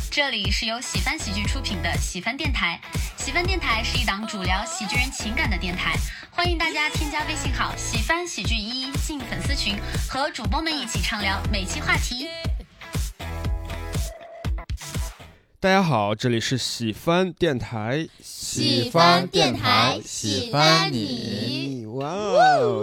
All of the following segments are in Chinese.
这里是由喜番喜剧出品的喜番电台。喜番电台是一档主聊喜剧人情感的电台，欢迎大家添加微信号喜番喜剧11进粉丝群，和主播们一起畅聊每期话题。 大家好，这里是喜番电台， 喜番电台，喜欢你。 哇哦！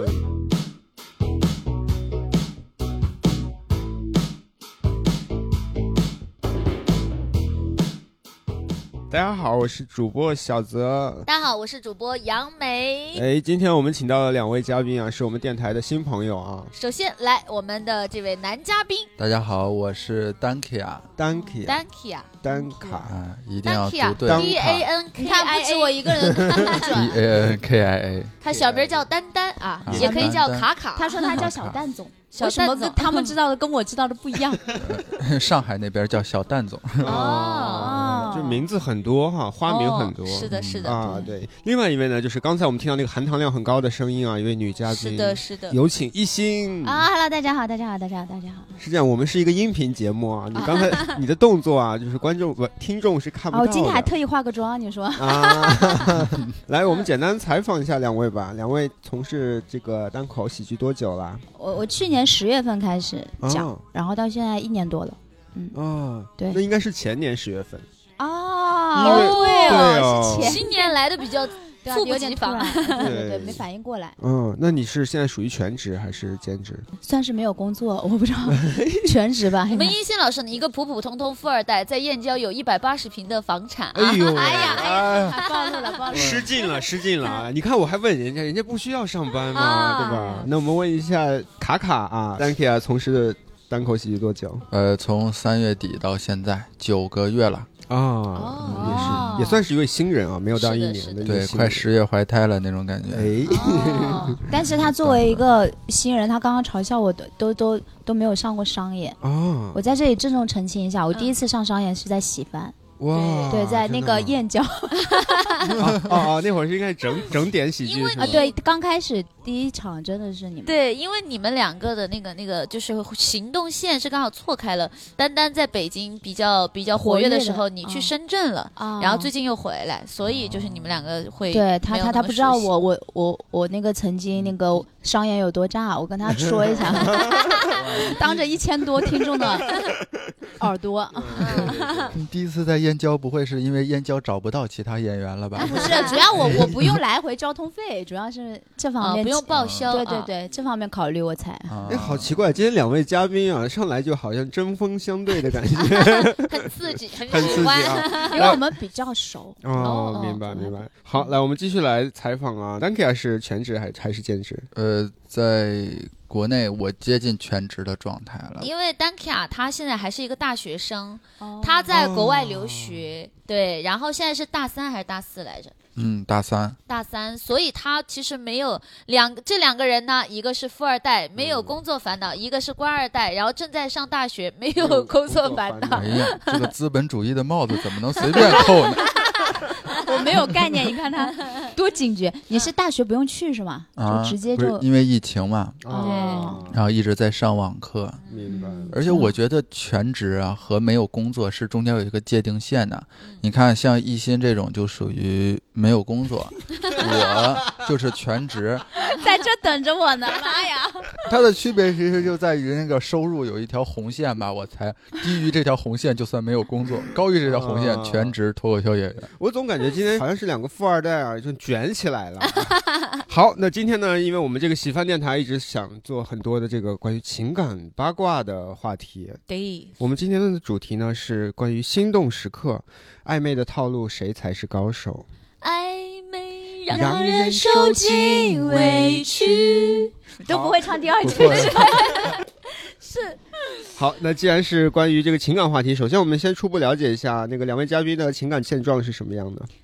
大家好，我是主播小泽。 大家好，我是主播杨梅。 今天我们请到了两位嘉宾啊，是我们电台的新朋友啊。 首先来我们的这位男嘉宾。 大家好，我是丹卡， 丹卡一定要读对。 DANKIA， 你看不止我一个人读准。 DANKIA， 他小名叫丹丹啊，也可以叫卡卡。 他说他叫小蛋总。 为什么跟他们知道的跟我知道的不一样？ 上海那边叫小蛋总。 就名字很多哈，花名很多。 是的，是的啊，对。另外一位呢，就是刚才我们听到那个含糖量很高的声音啊，一位女嘉宾。 是的。 有请一心啊 ，Hello， 大家好。 是这样，我们是一个音频节目啊，你刚才你的动作啊，就是听众是看不到的。 今天还特意化个妆，你说啊？来，我们简单采访一下两位吧。两位从事这个单口喜剧多久了？ 我去年10月份开始讲，然后到现在1年多了。对， 那应该是前年10月份。 对哦， 是新年来的比较猝不及防， 对，没反应过来。 那你是现在属于全职还是兼职？ 算是没有工作，我不知道，全职吧。 我们一心老师呢，一个普普通通富二代，在燕郊有180平的房产。 哎呦， 哎呀，还暴露了， 失敬了！你看我还问人家不需要上班嘛，对吧？那我们问一下卡卡啊，Dankia 从事的单口喜剧多久？ 从3月底到现在9个月了。 也算是一位新人啊，没有到1年的。 对，快10月怀胎了那种感觉。 但是他作为一个新人，他刚刚嘲笑我都没有上过商演。我在这里郑重澄清一下，我第一次上商演是在喜番。 哇， 对，在那个燕郊。 那会儿是应该整点喜剧啊，对，刚开始第一场真的是你们。 对，因为你们两个的那个就是行动线是刚好错开了。丹丹在北京比较活跃的时候，你去深圳了，然后最近又回来，所以就是你们两个会对他不知道我那个曾经那个商演有多炸，我跟他说一下，当着1000多听众的耳朵。 你第一次在燕郊，不会是因为燕郊找不到其他演员了吧？ 不是，主要我不用来回交通费，主要是这方面不用报销。 对，这方面考虑我才。 好奇怪，今天两位嘉宾啊，上来就好像针锋相对的感觉， 很刺激，很刺激啊！ 因为我们比较熟。 明白。好，来，我们继续来采访啊。Dankia 是全职还是兼职？ 在国内我接近全职的状态了， 因为Dankia他现在还是一个大学生，他在国外留学，对，然后现在是大3还是大4来着？ 大三，所以他其实没有这两个人呢，一个是富二代，没有工作烦恼，一个是官二代，然后正在上大学，没有工作烦恼。 哎呀，这个资本主义的帽子怎么能随便扣呢？ 我没有概念，你看他多警觉。你是大学不用去是吗？就直接就因为疫情嘛， 对， 然后一直在上网课。 明白。 而且我觉得全职啊和没有工作是中间有一个界定线的。你看，像一心这种就属于没有工作，我就是全职， 在这等着我呢。妈呀！ 它的区别其实就在于那个收入有一条红线吧，我才低于这条红线就算没有工作，高于这条红线全职脱口秀演员。 我总感觉今天好像是两个富二代啊，就卷起来了。好，那今天呢，因为我们这个喜番电台一直想做很多的这个关于情感八卦的话题。 对， 我们今天的主题呢是关于心动时刻，暧昧的套路谁才是高手？ 暧昧让人受尽委屈， 都不会唱第二句。 是。 好，那既然是关于这个情感话题，首先我们先初步了解一下那个两位嘉宾的情感现状是什么样的。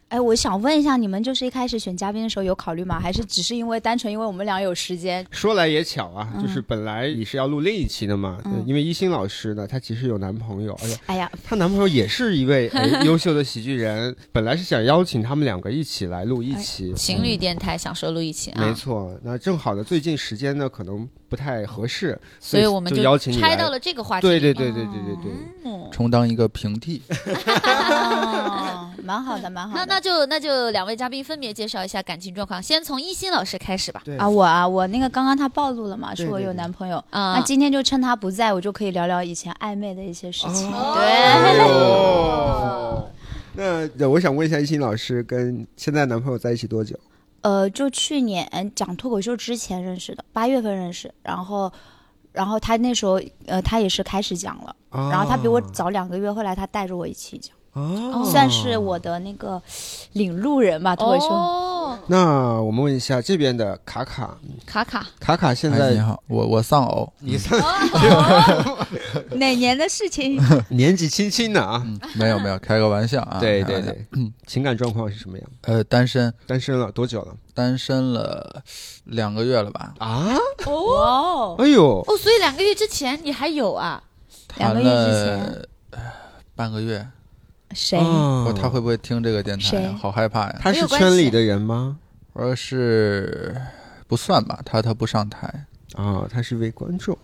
哎，我想问一下，你们就是一开始选嘉宾的时候有考虑吗？还是只是单纯因为我们俩有时间？ 说来也巧啊，就是本来你是要录另一期的嘛，因为一心老师呢，她其实有男朋友，哎呀，她男朋友也是一位优秀的喜剧人，本来是想邀请他们2个一起来录一期情侣电台，想说录一期啊。 没错，那正好呢，最近时间呢可能不太合适， 所以我们就邀请你拆到了这个话题。 对， 充当一个平替。 蛮好的，蛮好的。 那就2位嘉宾分别介绍一下感情状况，先从一心老师开始吧。 我那个刚刚他暴露了嘛，说我有男朋友那今天就趁他不在，我就可以聊聊以前暧昧的一些事情。 那我想问一下一心老师，跟现在男朋友在一起多久？ 就去年讲脱口秀之前认识的，8月份认识，然后他那时候他也是开始讲了，然后他比我早2个月，后来他带着我一起讲。算是我的那个领路人吧，脱口秀。 那我们问一下这边的卡卡现在你好，我丧偶。 你丧哪年的事情？ 年纪轻轻的啊。 没有，开个玩笑啊。 对，情感状况是什么样？ 单身了多久了？ 单身了2个月了吧？ 哎呦所以2个月之前你还有啊 ？2个月之前半个月。 谁？ 他会不会听这个电台好害怕呀。 他是圈里的人吗？ 我是不算吧，他不上台他是位观众。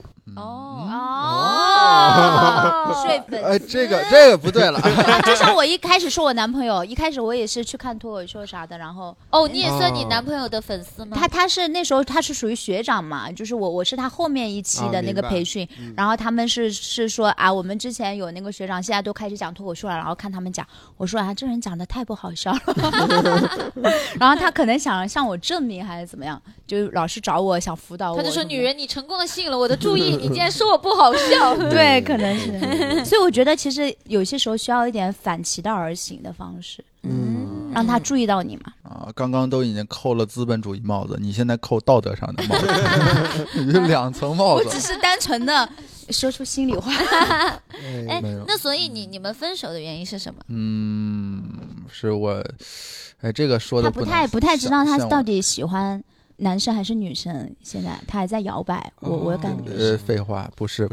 睡粉丝。 这个不对了。 就像我一开始说我男朋友，一开始我也是去看脱口秀啥的，然后你也算你男朋友的粉丝吗？ 他是那时候他是属于学长嘛，就是我是他后面一期的那个培训，然后他们是说我们之前有那个学长，现在都开始讲脱口秀了，然后看他们讲，我说这人讲的太不好笑了，然后他可能想向我证明还是怎么样，就老是找我想辅导我， 他就说女人你成功的吸引了我的注意，你竟然说我不好笑。 对，可能是。所以我觉得其实有些时候需要一点反其道而行的方式，让他注意到你嘛。 刚刚都已经扣了资本主义帽子，你现在扣道德上的帽子，你2层帽子。 我只是单纯的说出心里话。 那所以你们分手的原因是什么？ 是我，这个说的他不太知道他到底喜欢男生还是女生，现在他还在摇摆。我感觉废话，不是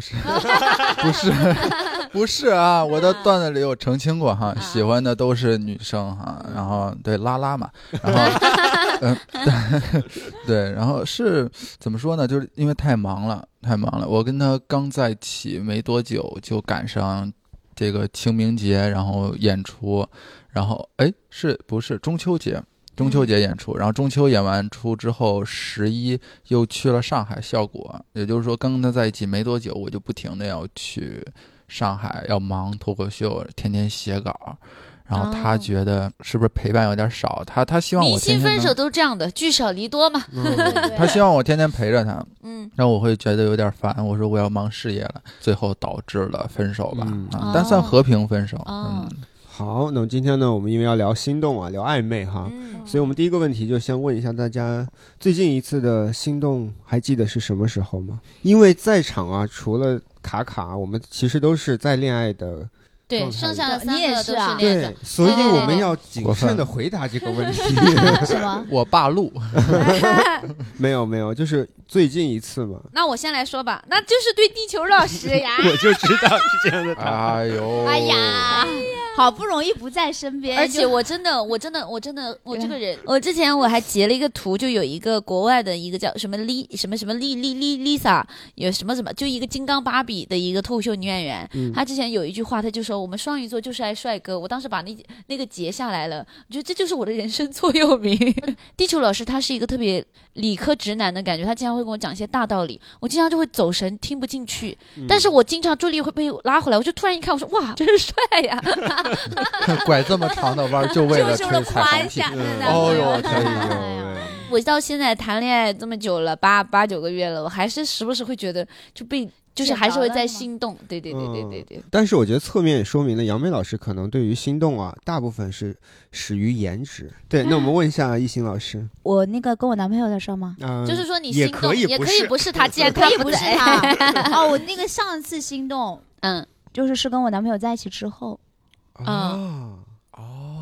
啊！我的段子里有澄清过哈，喜欢的都是女生哈，然后对拉拉嘛，然后对，然后是怎么说呢？就是因为太忙了，我跟他刚在一起没多久，就赶上这个清明节，然后演出，然后是不是中秋节演出，然后中秋演完出之后11又去了上海效果，也就是说刚跟他在一起没多久，我就不停的要去上海，要忙脱口秀，天天写稿，然后他觉得是不是陪伴有点少，他希望我天天明星分手都这样的，聚少离多嘛。 他希望我天天陪着他，然后我会觉得有点烦，我说我要忙事业了，最后导致了分手吧，但算和平分手。 好，那么今天呢，我们因为要聊心动聊暧昧哈，所以我们第一个问题就先问一下大家，最近一次的心动还记得是什么时候吗？因为在场除了卡，我们其实都是在恋爱的。 对，剩下的3个都是恋爱对，所以我们要谨慎的回答这个问题。 是吗？ 我霸路。 没有，就是最近一次嘛。 那我先来说吧，那就是对地球老师呀。 我就知道是这样的。 哎呀，好不容易不在身边， 而且我真的，我这个人，我之前我还截了一个图，就有一个国外的一个叫什么Lisa， 有什么就一个金刚芭比的一个脱口秀女演员，她之前有一句话，她就说我们双鱼座就是爱帅哥，我当时把那个截下来了，我觉得这就是我的人生座右铭。地球老师他是一个特别理科直男的感觉，他经常会跟我讲一些大道理，我经常就会走神听不进去，但是我经常注意力会被拉回来，我就突然一看，我说哇真帅呀。 拐这么长的弯就为了吹彩虹屁。 哦哟，可以。 我到现在谈恋爱这么久了，8-9个月了，我还是时不时会觉得就是还是会在心动。对。 但是我觉得侧面也说明了杨梅老师可能对于心动大部分是始于颜值。对，那我们问一下一心老师， 我那个跟我男朋友的事吗？ 就是说你心动也可以不是他，既然可以不是他。 我那个上次心动，就是跟我男朋友在一起之后。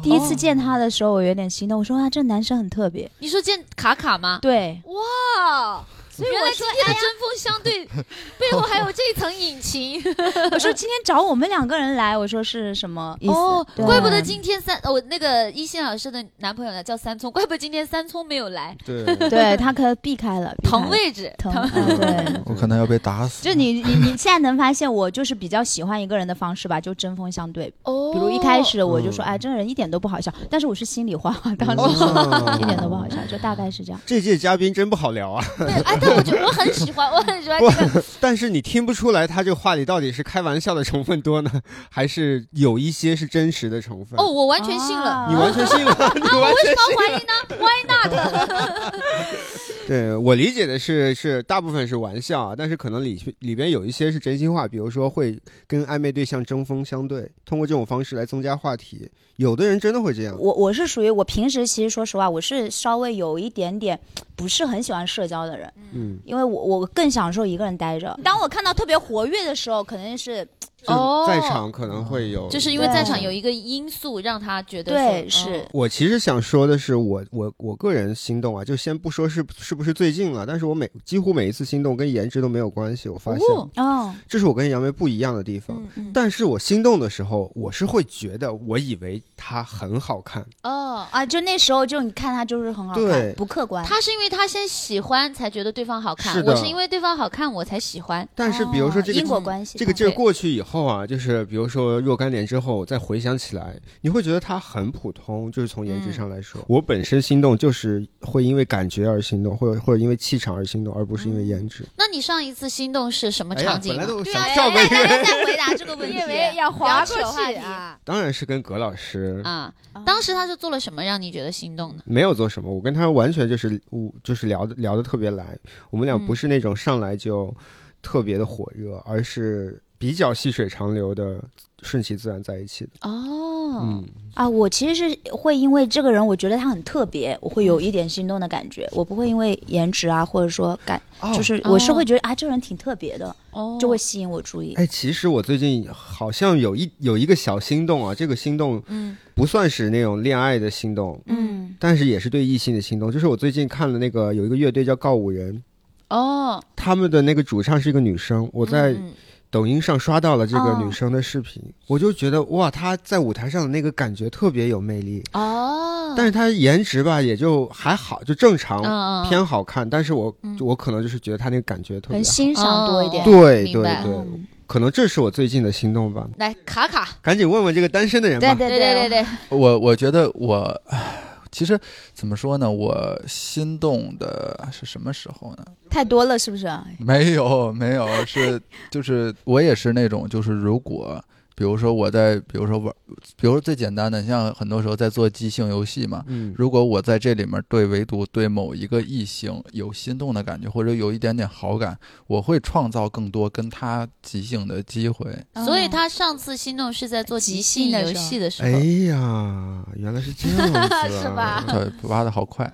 第一次见他的时候，我有点心动，我说这男生很特别。 你说见卡卡吗？ 对， 哇。所以原来今天的针锋相对背后还有这层隐情。 我说今天找我们2个人来，我说是什么意思？ 怪不得今天我那个一心老师的男朋友呢叫三聪，怪不得今天三聪没有来。 对，他可避开了腾位置， 对， 我可能要被打死。 就你现在能发现，我就是比较喜欢一个人的方式吧，就针锋相对。比如一开始我就说，这个人一点都不好笑，但是我是心里话，当时一点都不好笑，就大概是这样。 这届嘉宾真不好聊啊。 对，但我觉得我很喜欢这个。 但是你听不出来他这个话里到底是开玩笑的成分多呢，还是有一些是真实的成分？ 我完全信了。 你完全信了？你完全信了？ 为什么怀疑呢 ？Why not？ 对，我理解的是大部分是玩笑啊，但是可能里边有一些是真心话，比如说会跟暧昧对象针锋相对，通过这种方式来增加话题。有的人真的会这样。 我是属于我平时其实说实话，我是稍微有一点点不是很喜欢社交的人，因为我更享受一个人待着。当我看到特别活跃的时候，可能是在场可能会有， 就是因为在场有一个因素让他觉得对是。 我其实想说的是，我个人心动啊，就先不说是不是最近了，但是我几乎每一次心动跟颜值都没有关系。我发现这是我跟杨梅不一样的地方。但是我心动的时候，我是会觉得我以为他很好看就那时候就你看他就是很好看， 对， 不客观。 他是因为他先喜欢才觉得对方好看，我是因为对方好看我才喜欢。 但是比如说这个因果关系， 这个劲儿过去以后啊，就是比如说若干年之后再回想起来，你会觉得他很普通，就是从颜值上来说。我本身心动就是会因为感觉而心动，或者因为气场而心动，而不是因为颜值。 那你上一次心动是什么场景？ 本来都想跳过去，再回答这个问题， 要划过去啊。 当然是跟葛老师啊。当时他是做了什么让你觉得心动呢？ 没有做什么，我跟他完全就是聊得特别来。我们俩不是那种上来就特别的火热，而是比较细水长流的顺其自然在一起的。 我其实是会因为这个人我觉得他很特别，我会有一点心动的感觉。我不会因为颜值啊，或者说就是我是会觉得这个人挺特别的，就会吸引我注意。 其实我最近好像有一个小心动啊，这个心动不算是那种恋爱的心动，但是也是对异性的心动。就是我最近看了那个有一个乐队叫告五人，他们的那个主唱是一个女生，我在抖音上刷到了这个女生的视频，我就觉得哇，她在舞台上的那个感觉特别有魅力但是她颜值吧也就还好，就正常偏好看，但是我可能就是觉得她那个感觉特别好， 很欣赏多一点。 对，可能这是我最近的心动吧。 来卡卡， 赶紧问问这个单身的人吧。 对， 我觉得其实怎么说呢，我心动的是什么时候呢？ 太多了是不是？ 没有，就是我也是那种，就是如果比如说我在比如说最简单的，像很多时候在做即兴游戏嘛，如果我在这里面唯独对某一个异性有心动的感觉，或者有一点点好感，我会创造更多跟他即兴的机会。 所以他上次心动是在做即兴游戏的时候。 哎呀，原来是这样子啊是吧？ 对，挖的好快。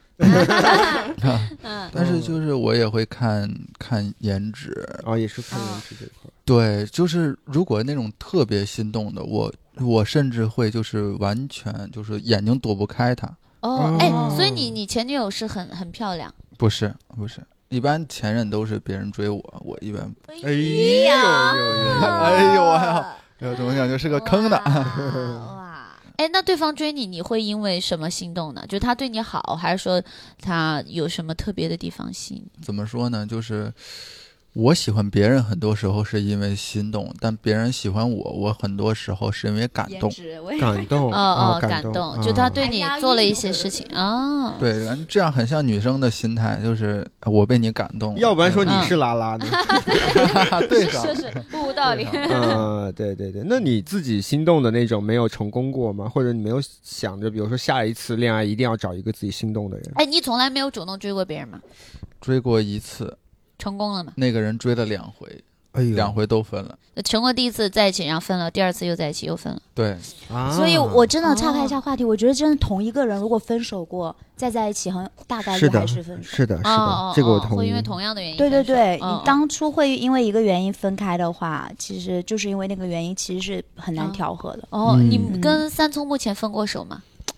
但是就是我也会看颜值也是看颜值这块。 对，就是如果那种特别心动的，我甚至会就是完全就是眼睛躲不开他。 所以你前女友是很漂亮？ 不是，一般前任都是别人追我一般。 哎呦， 怎么讲就是个坑的。 那对方追你会因为什么心动呢？就是他对你好，还是说他有什么特别的地方吸引你？ 怎么说呢，就是我喜欢别人很多时候是因为心动，但别人喜欢我很多时候是因为感动。 感动， 就他对你做了一些事情对，这样很像女生的心态，就是我被你感动了， 要不然说你是拉拉呢？ 对， 是不无道理。 对，那你自己心动的那种没有成功过吗？或者你没有想着比如说下一次恋爱一定要找一个自己心动的人？ 你从来没有主动追过别人吗？ 追过一次。 成功了吗？ 那个人追了2回，2回都分了。 成过第一次在一起，然后分了；第二次又在一起又分了。 对， 所以我真的岔开一下话题，我觉得真的同一个人如果分手过再在一起，大概率还是分手。 是的，这个我同意。 会因为同样的原因。 对，你当初会因为一个原因分开的话，其实就是因为那个原因，其实是很难调和的。 你跟三聪目前分过手吗？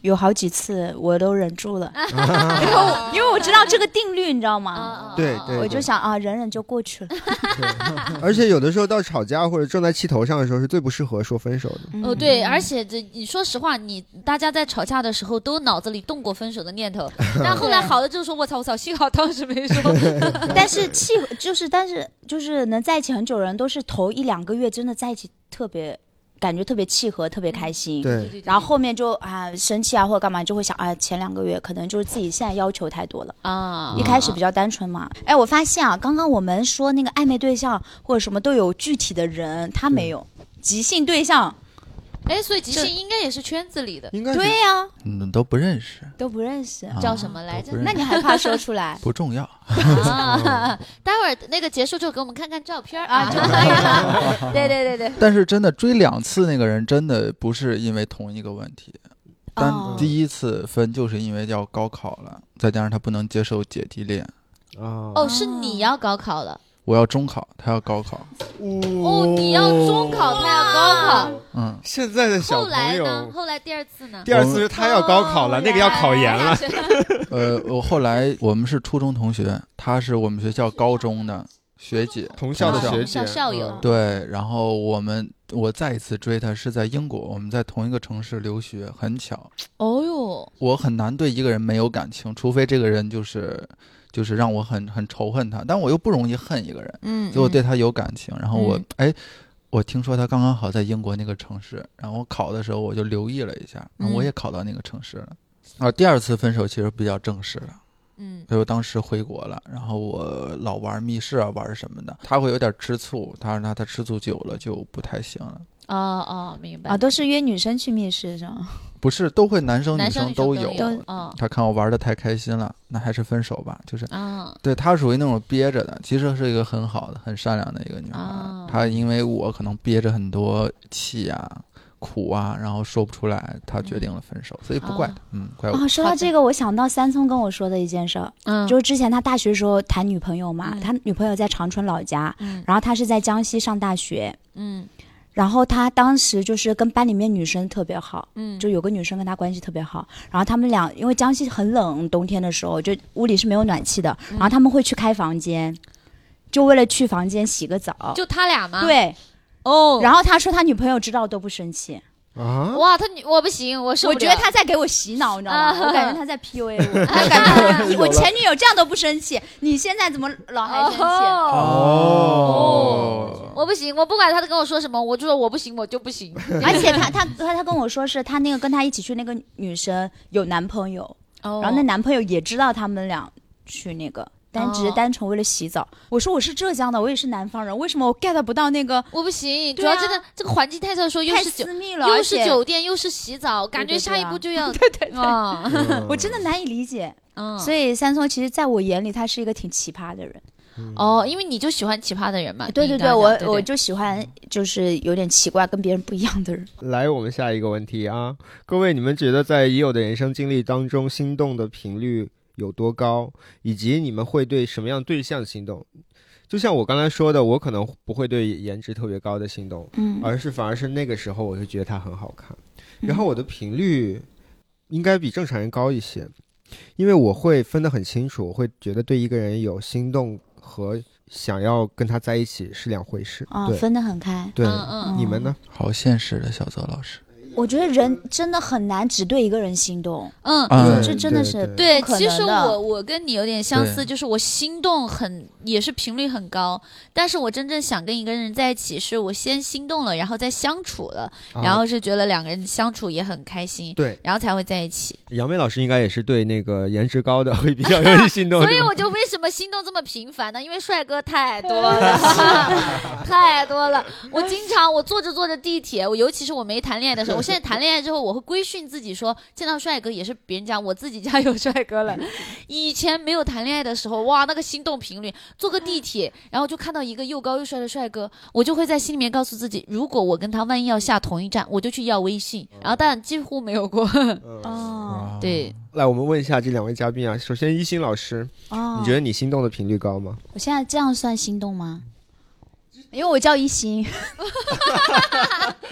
有好几次我都忍住了，因为我知道这个定律，你知道吗？ 对， 我就想啊，忍忍就过去了。 而且有的时候到吵架或者正在气头上的时候，是最不适合说分手的。 对，而且你说实话，大家在吵架的时候都脑子里动过分手的念头，但后来好的就是说我操，幸好当时没说。 但是就是能在一起很久的人，都是头1-2个月真的在一起感觉特别契合，特别开心。 对， 然后后面就生气或者干嘛，就会想前2个月可能就是自己现在要求太多了啊。一开始比较单纯嘛。我发现刚刚我们说那个暧昧对象或者什么都有具体的人，他没有即兴对象。 所以即兴应该也是圈子里的， 应该对呀， 都不认识， 叫什么来着？ 那你还怕说出来？ 不重要。 待会儿那个结束之后给我们看看照片就可以了。对。 但是真的追2次那个人，真的不是因为同一个问题。但第一次分就是因为要高考了，再加上他不能接受姐弟恋。 是你要高考了。 我要中考，他要高考。 你要中考，他要高考。 现在的小朋友。 后来第2次呢？ 第2次是他要高考了，那个要考研了。 我后来我们是初中同学，他是我们学校高中的学姐， 同校的学姐， 校友。 对，然后我再一次追他是在英国，我们在同一个城市留学，很巧。我很难对一个人没有感情，除非这个人就是让我很仇恨他，但我又不容易恨一个人，所以我对他有感情。然后我听说他刚刚好在英国那个城市，然后我考的时候我就留意了一下，然后我也考到那个城市了。第2次分手其实比较正式了，所以我当时回国了，然后我老玩密室玩什么的，他会有点吃醋，他吃醋久了就不太行了。 明白。 都是约女生去密室是吗？ 不是，都会男生女生都有。他看我玩的太开心了，那还是分手吧。就是对，他属于那种憋着的，其实是一个很好的、很善良的一个女孩。她因为我可能憋着很多气苦然后说不出来，她决定了分手，所以不怪她。怪我。 说到这个，我想到三聪跟我说的一件事儿，就是之前他大学时候谈女朋友嘛，他女朋友在长春老家，然后他是在江西上大学，然后他当时就是跟班里面女生特别好，就有个女生跟他关系特别好，然后他们俩因为江西很冷，冬天的时候就屋里是没有暖气的，然后他们会去开房间，就为了去房间洗个澡。 就他俩吗？ 对，然后他说他女朋友知道都不生气。 哇，我不行，我受不了。 我觉得他在给我洗脑，你知道吗？我感觉他在 PUA 我，他感觉我前女友这样都不生气，你现在怎么老还生气？ 我不行，我不管他跟我说什么，我就说我不行，我就不行。 而且他跟我说是他那个跟他一起去那个女生有男朋友，然后那男朋友也知道他们俩去那个。但只是单纯为了洗澡。我说我是浙江的，我也是南方人，为什么我 get 不到那个？ 我不行，主要真的这个环境太特殊，又是私密了， 又是酒店，又是洗澡，感觉下一步就要对，我真的难以理解。所以三聪其实在我眼里他是一个挺奇葩的人。 因为你就喜欢奇葩的人嘛。 对，我就喜欢就是有点奇怪跟别人不一样的人。 来，我们下一个问题啊，各位，你们觉得在已有的人生经历当中，心动的频率有多高，以及你们会对什么样对象心动？就像我刚才说的，我可能不会对颜值特别高的心动，反而是那个时候我就觉得他很好看，然后我的频率应该比正常人高一些，因为我会分得很清楚，我会觉得对一个人有心动和想要跟他在一起是两回事。 分得很开。 对，你们呢？ 好现实的小泽老师。 我觉得人真的很难只对一个人心动，这真的是对。其实我跟你有点相似，就是我心动也是频率很高，但是我真正想跟一个人在一起，是我先心动了，然后再相处了，然后是觉得两个人相处也很开心， 对， 然后才会在一起。 杨梅老师应该也是对那个颜值高的会比较容易心动， 所以我就为什么心动这么频繁呢？因为帅哥太多了，太多了。我经常坐着地铁，尤其是我没谈恋爱的时候。现在谈恋爱之后，我会规训自己说，见到帅哥也是别人家，我自己家有帅哥了。以前没有谈恋爱的时候，哇，那个心动频率，坐个地铁，然后就看到一个又高又帅的帅哥，我就会在心里面告诉自己，如果我跟他万一要下同一站，我就去要微信。然后但几乎没有过。对。 来，我们问一下这两位嘉宾啊，首先一心老师，你觉得你心动的频率高吗？ 我现在这样算心动吗？因为我叫一心。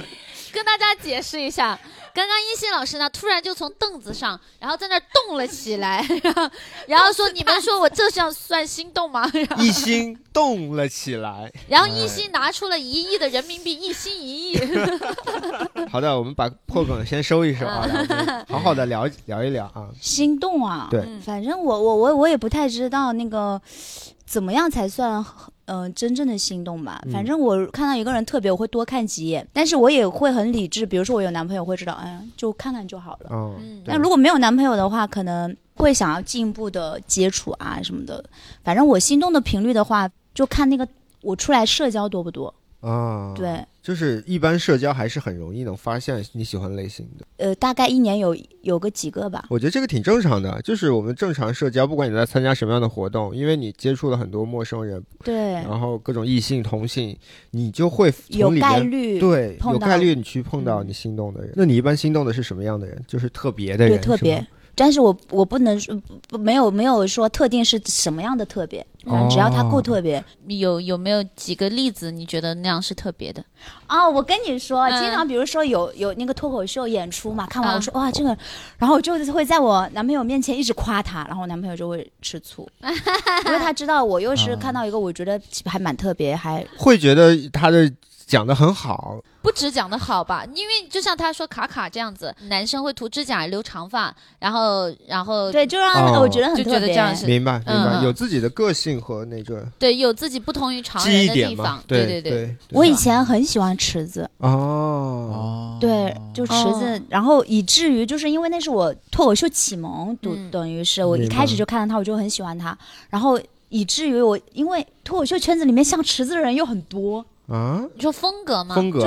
跟大家解释一下，刚刚一心老师呢突然就从凳子上，然后在那儿动了起来，然后说你们说我这样算心动吗？ 一心动了起来， 然后一心拿出了1亿的人民币，一心1亿。 好的，我们把破梗先收一收啊，好好的聊一聊啊。 心动啊， 对， 反正我也不太知道那个怎么样才算真正的心动吧。反正我看到一个人特别，我会多看几眼，但是我也会很理智。比如说我有男朋友，会知道，就看看就好了。但如果没有男朋友的话，可能会想要进一步的接触啊什么的。反正我心动的频率的话，就看那个我出来社交多不多。对， 就是一般社交还是很容易能发现你喜欢类型的。 大概1年有个几个吧。 我觉得这个挺正常的，就是我们正常社交，不管你在参加什么样的活动，因为你接触了很多陌生人， 对， 然后各种异性同性，你就会有概率， 对，有概率你去碰到你心动的人。那你一般心动的是什么样的人？就是特别的人， 对，特别。但是我不能说没有说特定是什么样的特别，只要他够特别。 有没有几个例子你觉得那样是特别的？ 我跟你说，经常比如说有那个脱口秀演出嘛，看完我说哇这个，然后我就会在我男朋友面前一直夸他，然后我男朋友就会吃醋，因为他知道我又是看到一个我觉得还蛮特别，还会觉得他的讲得很好。 不止讲得好吧，因为就像他说卡卡这样子，男生会涂指甲留长发，然后对，就让我觉得很特别， 就觉得这样是明白，有自己的个性和那个对，有自己不同于常人的地方。 对。 我以前很喜欢池子对，就池子，然后以至于就是因为那是我脱口秀启蒙，等于是我一开始就看到他，我就很喜欢他，然后以至于我因为脱口秀圈子里面像池子的人又很多。 你说风格吗？ 风格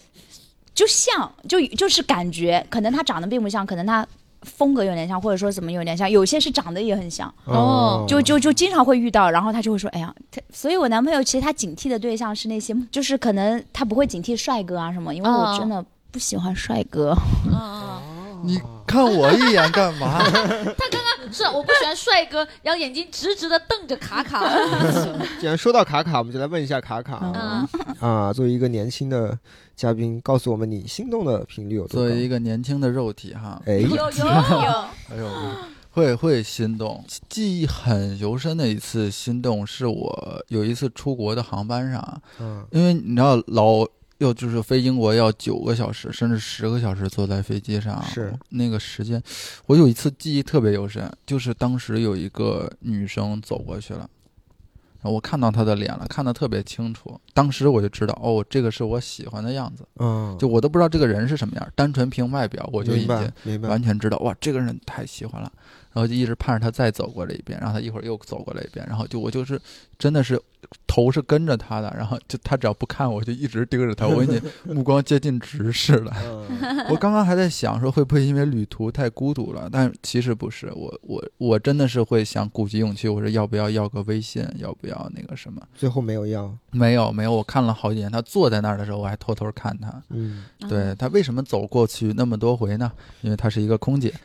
就是感觉，可能他长得并不像，可能他风格有点像，或者说怎么有点像，有些是长得也很像。就经常会遇到，然后他就会说，哎呀，所以我男朋友其实他警惕的对象是那些，就是可能他不会警惕帅哥啊什么，因为我真的不喜欢帅哥。 你看我一眼干嘛？ 他刚刚是我不喜欢帅哥，然后眼睛直直的瞪着卡卡。 既然说到卡卡，我们就来问一下卡卡作为一个年轻的嘉宾，告诉我们你心动的频率有多高？ 作为一个年轻的肉体哈， 有会心动。记忆很犹深的一次心动是我有一次出国的航班上，因为你知道就是飞英国要9个小时甚至10个小时坐在飞机上， 是那个时间。我有一次记忆特别犹深，就是当时有一个女生走过去了，然后我看到她的脸了，看得特别清楚，当时我就知道这个是我喜欢的样子。就我都不知道这个人是什么样，单纯凭外表我就已经完全知道，哇，这个人太喜欢了。然后就一直盼着他再走过来一遍，然后他一会儿又走过来一遍，然后我就是真的是头是跟着他的，然后就他只要不看我就一直盯着他，我已经目光接近直视了。我刚刚还在想说会不会因为旅途太孤独了，但其实不是，我真的是会想鼓起勇气，我说要不要个微信，要不要那个什么。 最后没有要。 没有，我看了好几眼，他坐在那儿的时候我还偷偷看他。对，他为什么走过去那么多回呢？因为他是一个空姐。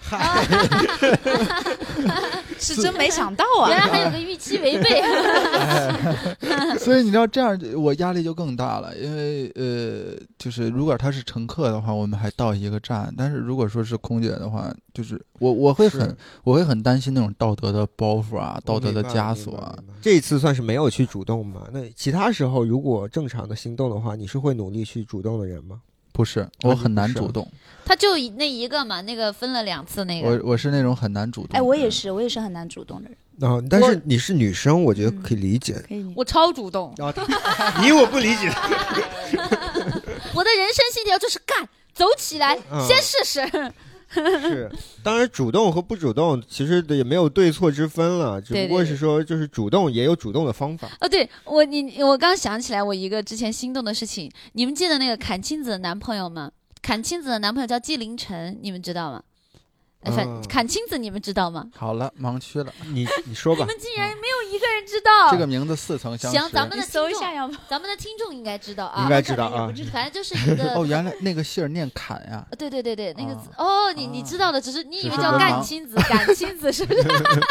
是真没想到啊， 原来还有个预期违背。 所以你知道这样我压力就更大了，因为就是如果他是乘客的话我们还到一个站，但是如果说是空姐的话，就是我会很担心那种道德的包袱啊，道德的枷锁啊。 这一次算是没有去主动嘛？那其他时候如果正常的心动的话，你是会努力去主动的人吗？ 不是，我很难主动。 他就那一个嘛，那个分了2次那个。 我是那种很难主动。 我也是很难主动的人。 但是你是女生，我觉得可以理解。 我超主动。 你我不理解。 我的人生信条就是干，走起来，先试试。 是，当然主动和不主动其实也没有对错之分了，只不过是说就是主动也有主动的方法。 对，我刚想起来我一个之前心动的事情，你们记得那个阚清子的男朋友吗？阚清子的男朋友叫纪凌尘，你们知道吗？阚清子你们知道吗？ 好了，盲区了， 你说吧。 你们竟然没有一个人知道这个名字似曾相识。 行，咱们的搜一下要不？ 咱们的听众应该知道啊， 应该知道啊。 反正就是一个原来那个姓念侃呀。 对，那个你知道的，只是你以为叫阚清子，阚清子是不是？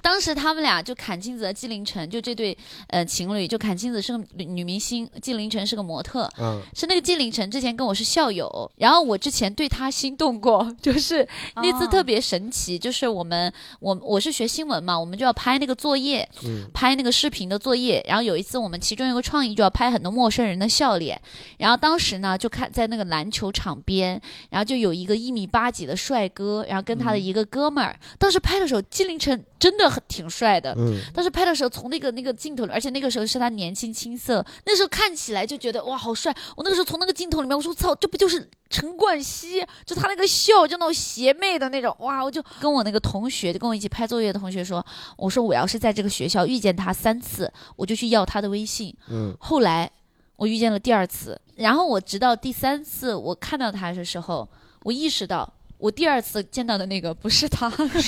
当时他们俩就阚清子和纪凌尘，就这对情侣，就阚清子是个女明星，纪凌尘是个模特，是那个纪凌尘之前跟我是校友，然后我之前对他心动过，就是那次特别神奇，就是我是学新闻嘛，我们就要拍那个作业，拍那个视频的作业，然后有一次我们其中有个创意就要拍很多陌生人的笑脸，然后当时呢就看在那个篮球场边，然后就有一个1.8米几的帅哥，然后跟他的一个哥们儿，当时拍的时候纪凌尘真的挺帅的，当时拍的时候从那个镜头里，而且那个时候是他年轻青涩，那时候看起来就觉得哇好帅，我那个时候从那个镜头里面我说操，这不就是陈冠希，就他那个笑就那种邪魅的那种，哇，我就跟我那个同学，就跟我一起拍作业的同学说，我说我要是在这个学校遇见他3次，我就去要他的微信。后来我遇见了第2次，然后我直到第3次我看到他的时候，我意识到我第2次见到的那个不是他。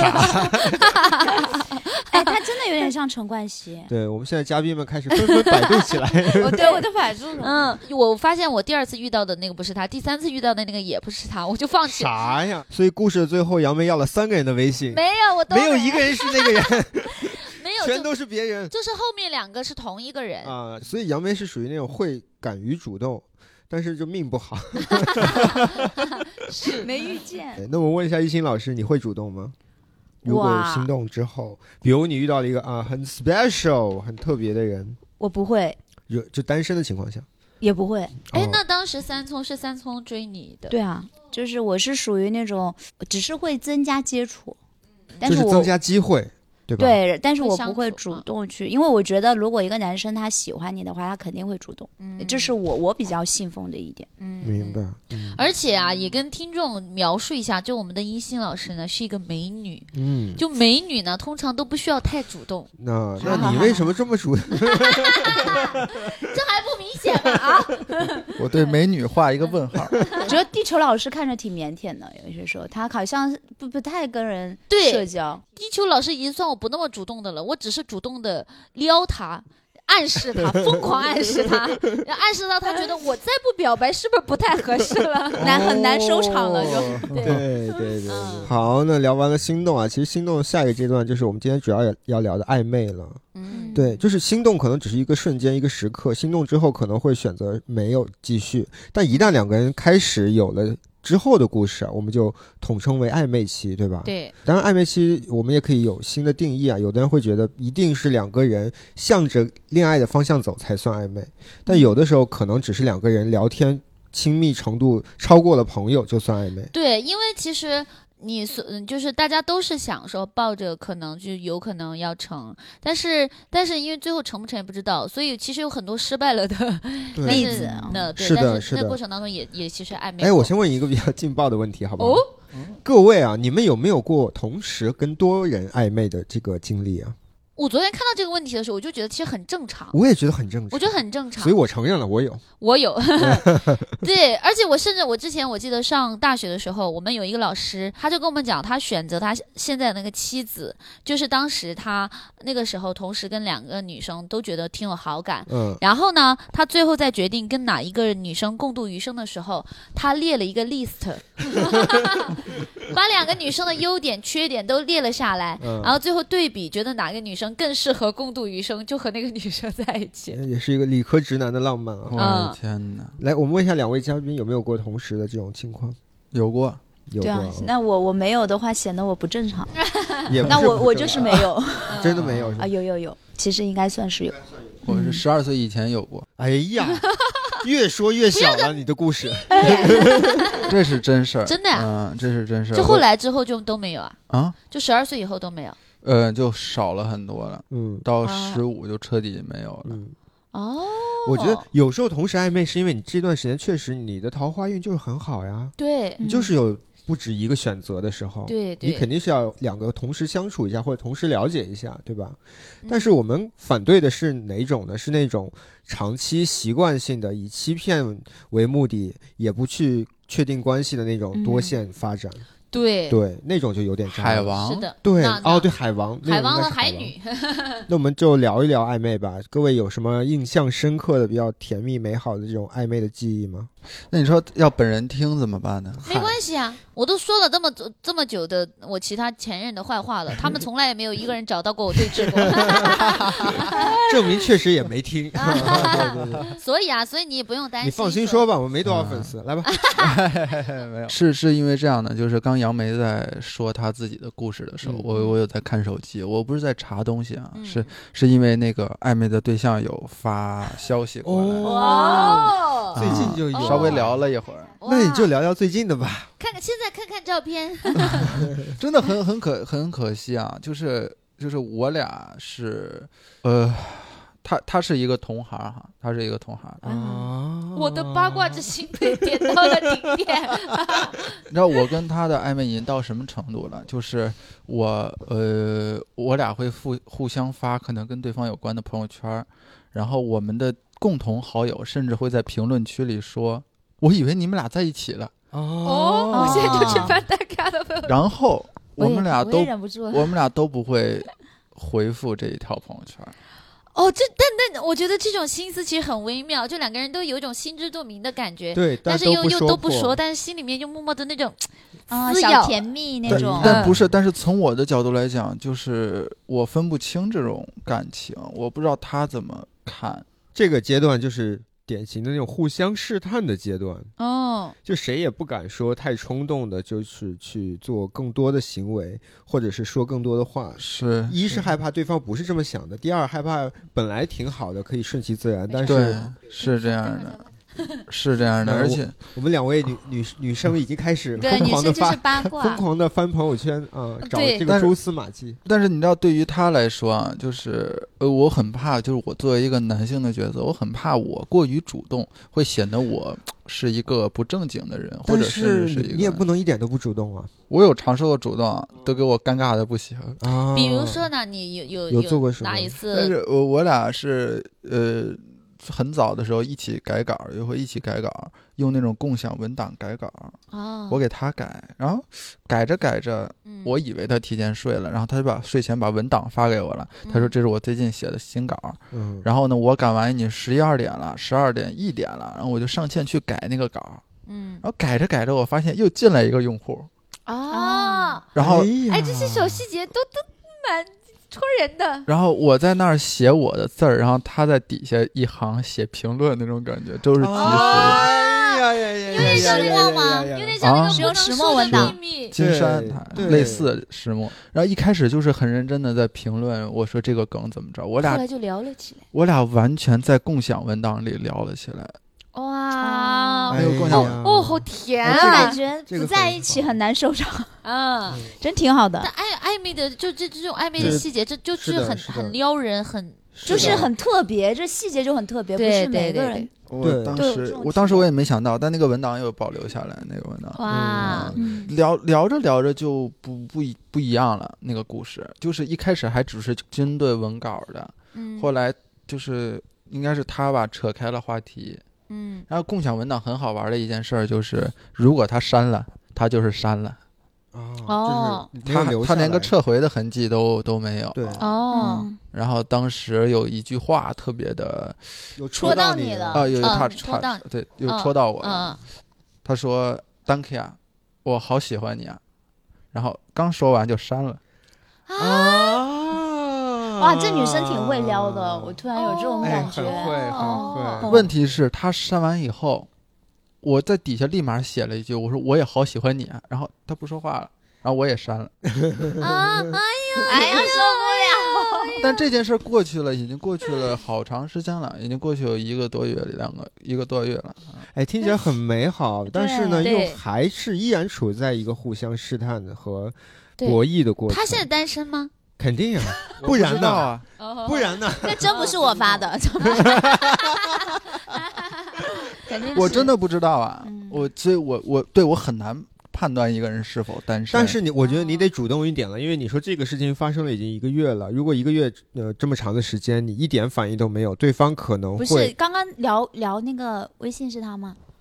哎，他真的有点像陈冠希。 对，我们现在嘉宾们开始纷纷百度起来。 我都百度了。我发现我第2次遇到的那个不是他，第3次遇到的那个也不是他，我就放弃了。 啥呀？所以故事的最后，杨梅要了3个人的微信。 没有，我都没有一个人是那个人。 没有， 全都是别人。 就是后面2个是同一个人啊，所以杨梅是属于那种会敢于主动，但是就命不好。 是没遇见。 那我问一下一心老师，你会主动吗？如果心动之后，比如你遇到了一个很 special 很特别的人， 我不会。 就单身的情况下也不会。 那当时三聪是三聪追你的？ 对啊，就是我是属于那种只是会增加接触，但是就是增加机会，对吧？ 对，但是我不会主动去，因为我觉得如果一个男生他喜欢你的话，他肯定会主动，这是我比较信奉的一点。 明白。 而且啊，也跟听众描述一下，就我们的一心老师呢是一个美女，就美女呢通常都不需要太主动。 那你为什么这么主动？ 这还不明显吗？啊！ 我对美女画一个问号。 觉得地球老师看着挺腼腆的，有些时候他好像不太跟人社交。 地球老师已经算我不那么主动的了，我只是主动的撩他。暗示他，疯狂暗示他，暗示到他觉得我再不表白是不是不太合适了？ 很难收场了就。 对。好，那聊完了心动啊，其实心动下一个阶段就是我们今天主要要聊的暧昧了。对，就是心动可能只是一个瞬间一个时刻，心动之后可能会选择没有继续，但一旦2个人开始有了之后的故事我们就统称为暧昧期，对吧？ 对。 当然暧昧期我们也可以有新的定义有的人会觉得一定是2个人向着恋爱的方向走才算暧昧，但有的时候可能只是2个人聊天亲密程度超过了朋友就算暧昧。 对，因为其实你就是大家都是想说抱着可能就有可能要成，但是因为最后成不成也不知道，所以其实有很多失败了的例子。对， 是的， 但是那过程当中也其实暧昧。 我先问一个比较劲爆的问题好不好？各位你们有没有过同时跟多人暧昧的这个经历啊？ 我昨天看到这个问题的时候，我就觉得其实很正常。 我也觉得很正常， 我觉得很正常， 所以我承认了，我有。 对，而且我之前我记得上大学的时候，我们有一个老师，他就跟我们讲，他选择他现在的那个妻子，就是当时他那个时候同时跟2个女生都觉得挺有好感，然后呢，他最后在决定跟哪一个女生共度余生的时候，他列了一个 list， 把2个女生的优点、缺点都列了下来，然后最后对比，觉得哪个女生更适合共度余生，就和那个女生在一起。 也是一个理科直男的浪漫天哪！ 来，我们问一下2位嘉宾有没有过同时的这种情况？ 有过。 对啊，那我没有的话，显得我不正常。 那我就是没有。 真的没有啊？有，其实应该算是有。 我是12岁以前有过。 哎呀，越说越小了，你的故事。 这是真事儿。 真的呀？ 这是真事儿。 就后来之后就都没有啊？ 就12岁以后都没有。 就少了很多了。到15就彻底没有了。 我觉得有时候同时暧昧是因为你这段时间确实你的桃花运就是很好呀。 对， 你就是有不止一个选择的时候， 对， 你肯定是要2个同时相处一下或者同时了解一下，对吧？但是我们反对的是哪种呢？是那种长期习惯性的以欺骗为目的也不去确定关系的那种多线发展。对，那种就有点海王。 是的， 对对，海王和海女。 那我们就聊一聊暧昧吧。各位有什么印象深刻的、比较甜蜜美好的这种暧昧的记忆吗？ 那你说要本人听怎么办呢？ 没关系啊，我都说了这么久的我其他前任的坏话了，他们从来也没有一个人找到过我对峙过。 证明确实也没听。对， 所以你也不用担心。 你放心说吧，我没多少粉丝，来吧。 没有，是因为这样的，就是刚杨梅在说她自己的故事的时候，我有在看手机，我不是在查东西啊，是因为那个暧昧的对象有发消息过来， 最近就有， 稍微聊了一会儿。 那你就聊聊最近的吧。 现在看看照片， 真的很可惜啊，就是我俩是他是一个同行哈，他是一个同行我的八卦之心被点到了顶点。 你知道我跟他的暧昧已经到什么程度了？就是我俩会互相发可能跟对方有关的朋友圈，然后我们的共同好友甚至会在评论区里说：“我以为你们俩在一起了。” 我现在就去翻大家的朋友圈。 然后我们俩都不会回复这一条朋友圈。 但我觉得这种心思其实很微妙，就两个人都有一种心知肚明的感觉， 对， 但是又都不说，但是心里面就默默的那种小甜蜜那种。 但是从我的角度来讲，就是我分不清这种感情，我不知道他怎么看。 这个阶段就是典型的那种互相试探的阶段就谁也不敢说太冲动的，就是去做更多的行为，或者是说更多的话。一是害怕对方不是这么想的，第二害怕本来挺好的可以顺其自然，但是对是这样的。是这样的，而且我们两位女生已经开始疯狂的翻朋友圈找这个蛛丝马迹。 但是你知道，对于他来说啊，就是我很怕，就是我作为一个男性的角色，我很怕我过于主动会显得我是一个不正经的人，或者是一个你也不能一点都不主动啊。 我有尝试过主动，都给我尴尬的不行比如说呢，你有做过什么？ 哪一次？ 但是我俩是很早的时候一起改稿，也会一起改稿，用那种共享文档改稿。我给他改，然后改着，我以为他提前睡了，然后他就把睡前把文档发给我了。他说这是我最近写的新稿。然后呢，我赶完已经11、2点了，12点、1点了，然后我就上线去改那个稿。然后改着，我发现又进来一个用户。然后这些小细节都蛮戳人的。 然后我在那儿写我的字儿，然后他在底下一行写评论，那种感觉都是及时的。 有点像石墨吗？有点像那个石墨文档金山类似石墨。然后一开始就是很认真的在评论，我说这个梗怎么着，我俩后来就聊了起来。 我俩完全在共享文档里聊了起来。 哇，好甜啊！感觉不在一起很难收场真挺好的。 但暧昧的就这种暧昧的细节，这就是很撩人， 就是很特别，这细节就很特别，不是每个人。 我当时我也没想到，但那个文档有保留下来，那个文档哇， 聊着就不一样了。那个故事就是一开始还只是针对文稿的，后来就是应该是他吧扯开了话题。然后共享文档很好玩的一件事就是，如果他删了，他就是删了。他连个撤回的痕迹都没有。 对然后当时有一句话特别的， 有戳到你了有对，有戳到我了。他说 ：“Thank you， 我好喜欢你啊。”然后刚说完就删了。 哇，这女生挺会撩的，我突然有这种感觉。 很会。 问题是她删完以后，我在底下立马写了一句，我说我也好喜欢你啊。然后她不说话了，然后我也删了。 受不了！ 但这件事过去了，已经过去了好长时间了，已经过去有1个多月了。 听起来很美好，但是呢，又还是依然处在一个互相试探的和博弈的过程。 他现在单身吗？ 肯定啊，不然呢？不然呢？ 那真不是我发的， 我真的不知道啊。所以我很难判断一个人是否单身。 但是我觉得你得主动一点了，因为你说这个事情发生了已经1个月了，如果1个月这么长的时间你一点反应都没有，对方可能会。 不是刚刚聊那个微信是他吗？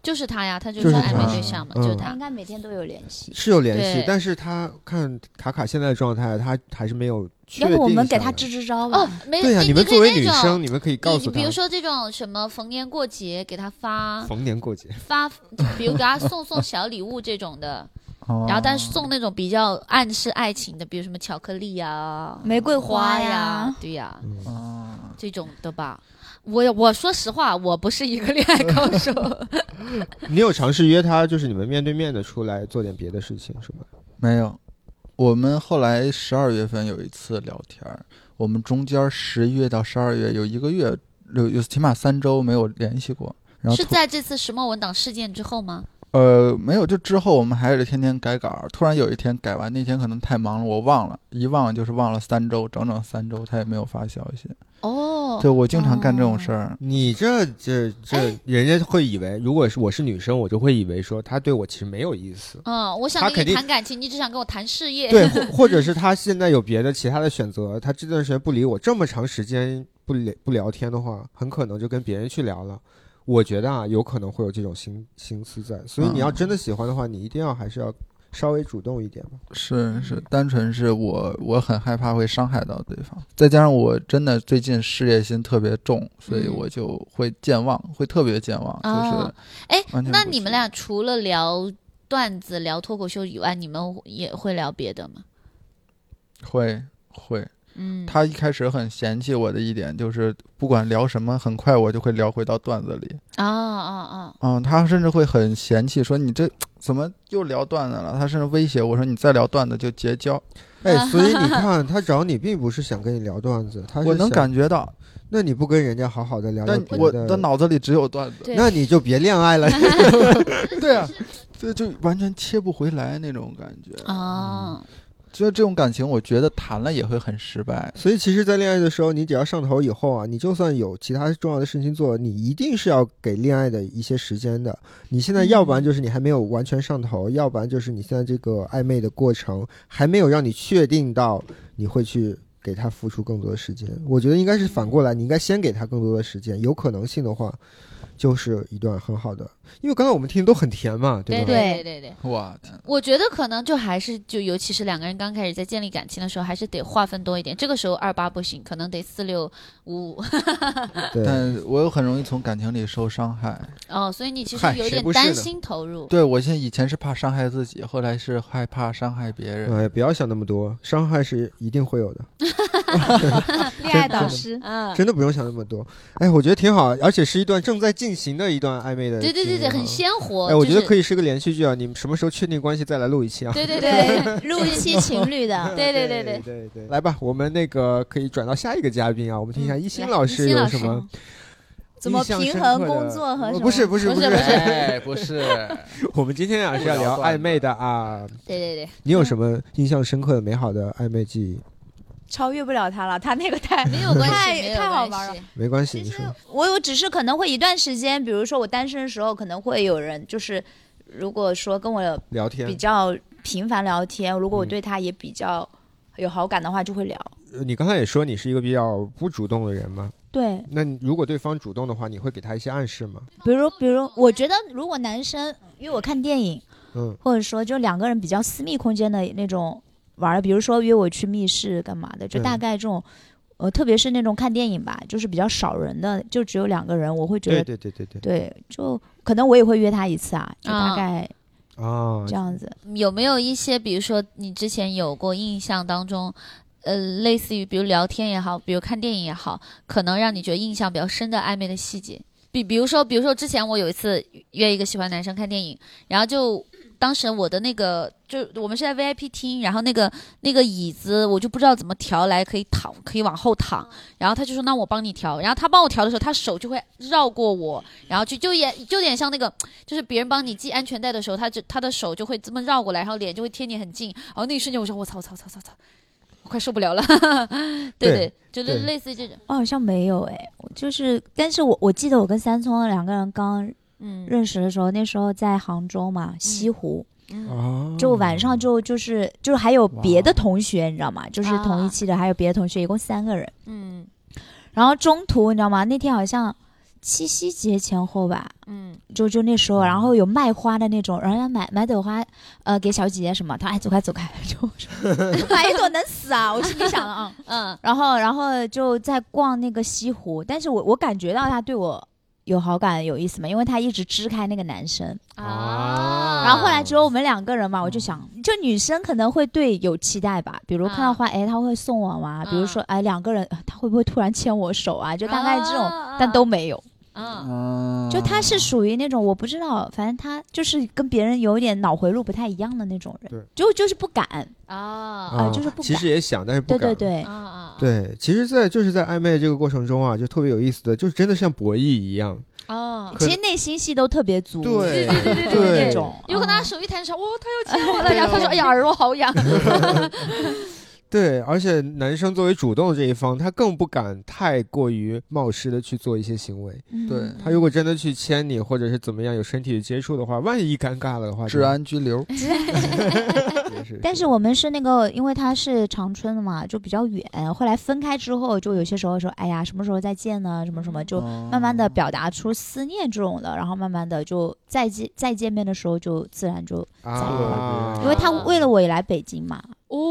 就是他呀，他就就是暧昧他对象嘛，就是他应。该每天都有联系。 是有联系对， 但是他看卡卡现在的状态，他还是没有确定要不我们给下来他支支招吧？ 哦，没对呀、 你你们作为可以那种女生，你们可以告诉他， 你比如说这种什么逢年过节给他发， 逢年过节， 比如给他送小礼物这种的， 哦然后但是送那种比较暗示爱情的，比如什么巧克力呀、 玫瑰花呀呀， 对呀， 哦这种的吧。我说实话，我不是一个恋爱高手。 你有尝试约他，就是你们面对面的出来做点别的事情是吧？ 没有，我们后来12月份有一次聊天，我们中间11月到12月有1个月，有起码3周没有联系过。然后是在这次石墨文档事件之后吗？ 没有，就之后我们还是天天改稿。突然有一天改完，那天可能太忙了，我忘了，一忘就是忘了3周，整整3周，他也没有发消息。 哦， 对，我经常干这种事儿。 你这人家会以为，如果是我是女生，我就会以为说他对我其实没有意思。 我想跟你他肯定谈感情，你只想跟我谈事业。 对，或者是他现在有别的其他的选择，他这段时间不理我，这么长时间不聊天的话，很可能就跟别人去聊了。我觉得啊，有可能会有这种心思在，所以你要真的喜欢的话，你一定要还是要稍微主动一点嘛。 是，单纯是我很害怕会伤害到对方，再加上我真的最近事业心特别重，所以我就会健忘，会特别健忘。就是那你们俩除了聊段子、聊脱口秀以外，你们也会聊别的吗？ 会。他一开始很嫌弃我的一点就是不管聊什么，很快我就会聊回到段子里。他甚至会很嫌弃，说你这怎么又聊段子了？他甚至威胁我说你再聊段子就结交。 所以你看，他找你并不是想跟你聊段子， 我能感觉到。 那你不跟人家好好的聊聊别的， 我的脑子里只有段子， 那你就别恋爱了。 对啊，这就完全切不回来那种感觉啊。 就这种感情，我觉得谈了也会很失败。 所以其实，在恋爱的时候，你只要上头以后啊，你就算有其他重要的事情做，你一定是要给恋爱的一些时间的。你现在要不然就是你还没有完全上头，要不然就是你现在这个暧昧的过程还没有让你确定到你会去给他付出更多的时间。我觉得应该是反过来，你应该先给他更多的时间，有可能性的话就是一段很好的，因为刚刚我们听都很甜嘛，对吧？ 对。 哇， 我觉得可能就还是尤其是两个人刚开始在建立感情的时候，还是得划分多一点。这个时候28不行，可能得4655。 但我又很容易从感情里受伤害。 所以你其实有点担心投入。 对，我以前是怕伤害自己，后来是害怕伤害别人。 不要想那么多，伤害是一定会有的。 恋爱导师， 真的不用想那么多。我觉得挺好，而且是一段正在进行的一段暧昧的。 对，很鲜活。 我觉得可以是个连续剧啊！你们什么时候确定关系再来录一期啊？ 对，录一期情侣的。 对， 来吧，我们那个可以转到下一个嘉宾啊，我们听一下一心老师有什么。 怎么平衡工作和什么？ 不是，我们今天啊是要聊暧昧的啊。 对。 你有什么印象深刻的美好的暧昧记忆？ 超越不了他了，他那个没有关系， 太好玩了。 没关系，你说。 我只是可能会一段时间，比如说我单身的时候，可能会有人就是，如果说跟我聊天比较频繁聊天，如果我对他也比较有好感的话，就会聊。 你刚才也说你是一个比较不主动的人吗？ 对。 那如果对方主动的话，你会给他一些暗示吗？ 比如，我觉得如果男生约我看电影，或者说就两个人比较私密空间的那种玩，比如说约我去密室干嘛的，就大概这种，特别是那种看电影吧，就是比较少人的，就只有2个人，我会觉得对，就可能我也会约他一次啊，就大概这样子。 有没有一些，比如说你之前有过印象当中？类似于比如聊天也好，比如看电影也好，可能让你觉得印象比较深的暧昧的细节。比如说之前我有一次约一个喜欢男生看电影，然后就当时我的那个就我们是在 VIP 厅，然后那个椅子我就不知道怎么调来可以往后躺，然后他就说那我帮你调，然后他帮我调的时候，他手就会绕过我，然后就有点像那个就是别人帮你系安全带的时候，他的手就会这么绕过来，然后脸就会贴你很近，然后那一瞬间我说我操，我快受不了了。对，就是类似于这种。 我好像没有但是我记得我跟三聪2个人刚认识的时候，那时候在杭州嘛，西湖，就晚上就是还有别的同学，你知道吗？就是同一期的还有别的同学，一共3个人。然后中途你知道吗？那天好像七夕节前后吧，就那时候，然后有卖花的那种，然后买朵花，给小姐姐什么，她走开，就买一朵能死啊！我心里想了啊，然后就在逛那个西湖，但是我感觉到他对我有好感有意思嘛，因为他一直支开那个男生然后后来只有我们2个人嘛，我就想，就女生可能会对有期待吧，比如看到花，他会送我吗？比如说2个人，他会不会突然牵我手啊？就大概这种，但都没有。就他是属于那种我不知道，反正他就是跟别人有点脑回路不太一样的那种人，就是不敢就是不敢。 其实也想，但是不敢。 对， 其实就是在暧昧这个过程中啊，就特别有意思的，就是真的像博弈一样。 其实内心戏都特别足， 对那种。 有可能他手一弹手，他又牵我了，然后他说：“哎呀，耳朵好痒。” 对，而且男生作为主动的这一方，他更不敢太过于冒失的去做一些行为。 对， 他如果真的去牵你，或者是怎么样有身体的接触的话，万一尴尬了的话， 治安拘留。 但是我们是那个，因为他是长春的嘛，就比较远。后来分开之后，就有些时候说，哎呀，什么时候再见呢？什么什么，就慢慢的表达出思念这种的，然后慢慢的就再见面的时候，就自然就在一块因为他为了我也来北京嘛。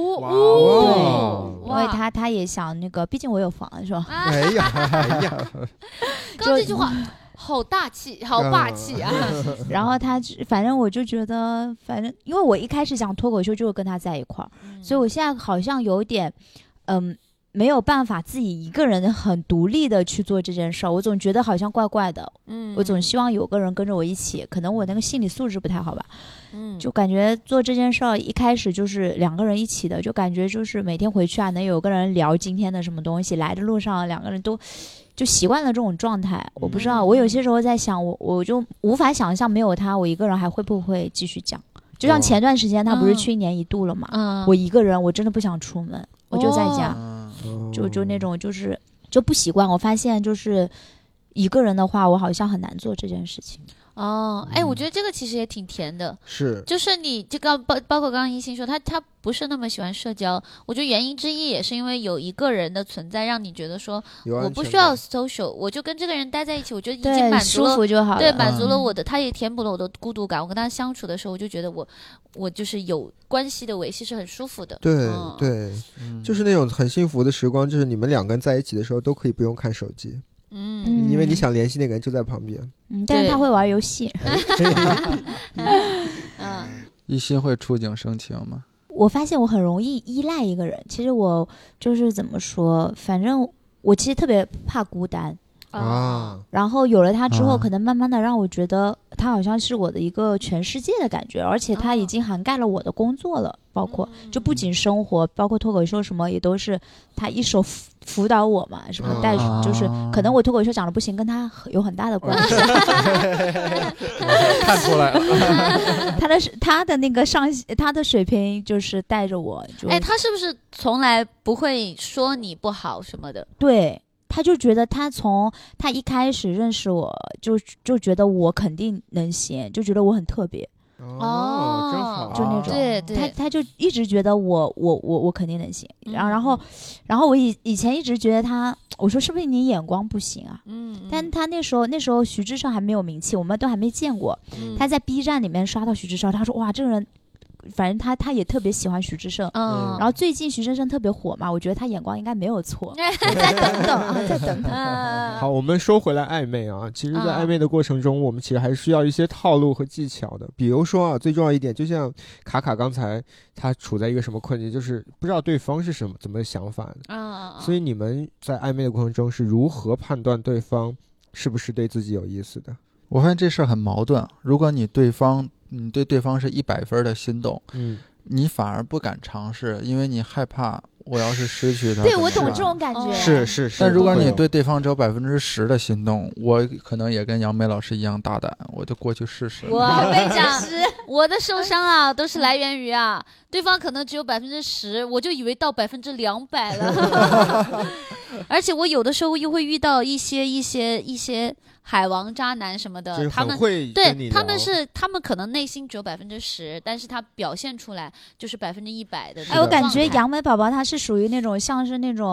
因为他也想那个，毕竟我有房是吧？ 哎呀， 刚这句话好大气，好霸气啊！ 然后反正我就觉得，反正因为我一开始讲脱口秀就是跟他在一块儿，所以我现在好像有点，没有办法自己一个人很独立的去做这件事儿，我总觉得好像怪怪的。我总希望有个人跟着我一起，可能我那个心理素质不太好吧。就感觉做这件事儿一开始就是2个人一起的，就感觉就是每天回去啊，能有个人聊今天的什么东西，来的路上2个人都就习惯了这种状态。我不知道，我有些时候在想，我就无法想象没有他，我一个人还会不会继续讲。就像前段时间他不是去1年1度了嘛，我一个人我真的不想出门，我就在家。就那种就不习惯，我发现就是一个人的话，我好像很难做这件事情。 我觉得这个其实也挺甜的，就是你这个包括刚刚一心说他不是那么喜欢社交，我觉得原因之一也是因为有一个人的存在，让你觉得说我不需要 social， 我就跟这个人待在一起，我就已经满足了， 舒服就好了， 对，满足了我的，他也填补了我的孤独感。我跟他相处的时候，我就觉得我就是有关系的维系是很舒服的。 对，就是那种很幸福的时光，就是你们2个人在一起的时候都可以不用看手机。因为你想联系那个人就在旁边。 但是他会玩游戏。 一心会触景生情吗？ 我发现我很容易依赖一个人，其实我就是怎么说，反正我其实特别怕孤单。然后有了他之后，可能慢慢的让我觉得他好像是我的一个全世界的感觉，而且他已经涵盖了我的工作了，包括就不仅生活，包括脱口秀什么也都是他一手辅导我嘛，什么带就是可能我脱口秀讲的不行，跟他有很大的关系。 看出来了， 他的那个他的水平就是带着我。 他是不是从来不会说你不好什么的？ 对。他就觉得他一开始认识我就觉得我肯定能行，就觉得我很特别。 真好， 就那种。 对， 他就一直觉得我肯定能行。然后我以前一直觉得我说是不是你眼光不行啊？但他那时候徐志胜还没有名气，我们都还没见过。他在 B 站里面刷到徐志胜，他说哇这个人。反正他也特别喜欢徐志胜，然后最近徐志胜特别火嘛，我觉得他眼光应该没有错，再等等，再等等。 好，我们说回来暧昧啊，其实，在暧昧的过程中，我们其实还是需要一些套路和技巧的。比如说啊，最重要一点，就像卡刚才他处在一个什么困境，就是不知道对方是怎么想法的。所以你们在暧昧的过程中是如何判断对方是不是对自己有意思的？ 我发现这事儿很矛盾。如果你对对方是100分的心动，你反而不敢尝试，因为你害怕我要是失去他。 对，我懂这种感觉。 是。 但如果你对对方只有10%的心动，我可能也跟杨梅老师一样大胆，我就过去试试。 我跟你讲，我的受伤啊，都是来源于对方可能只有10%，我就以为到200%了。而且我有的时候又会遇到一些海王渣男什么的，他们对他们可能内心只有10%，但是他表现出来就是100%的。 我感觉杨梅宝宝他是属于那种像是那种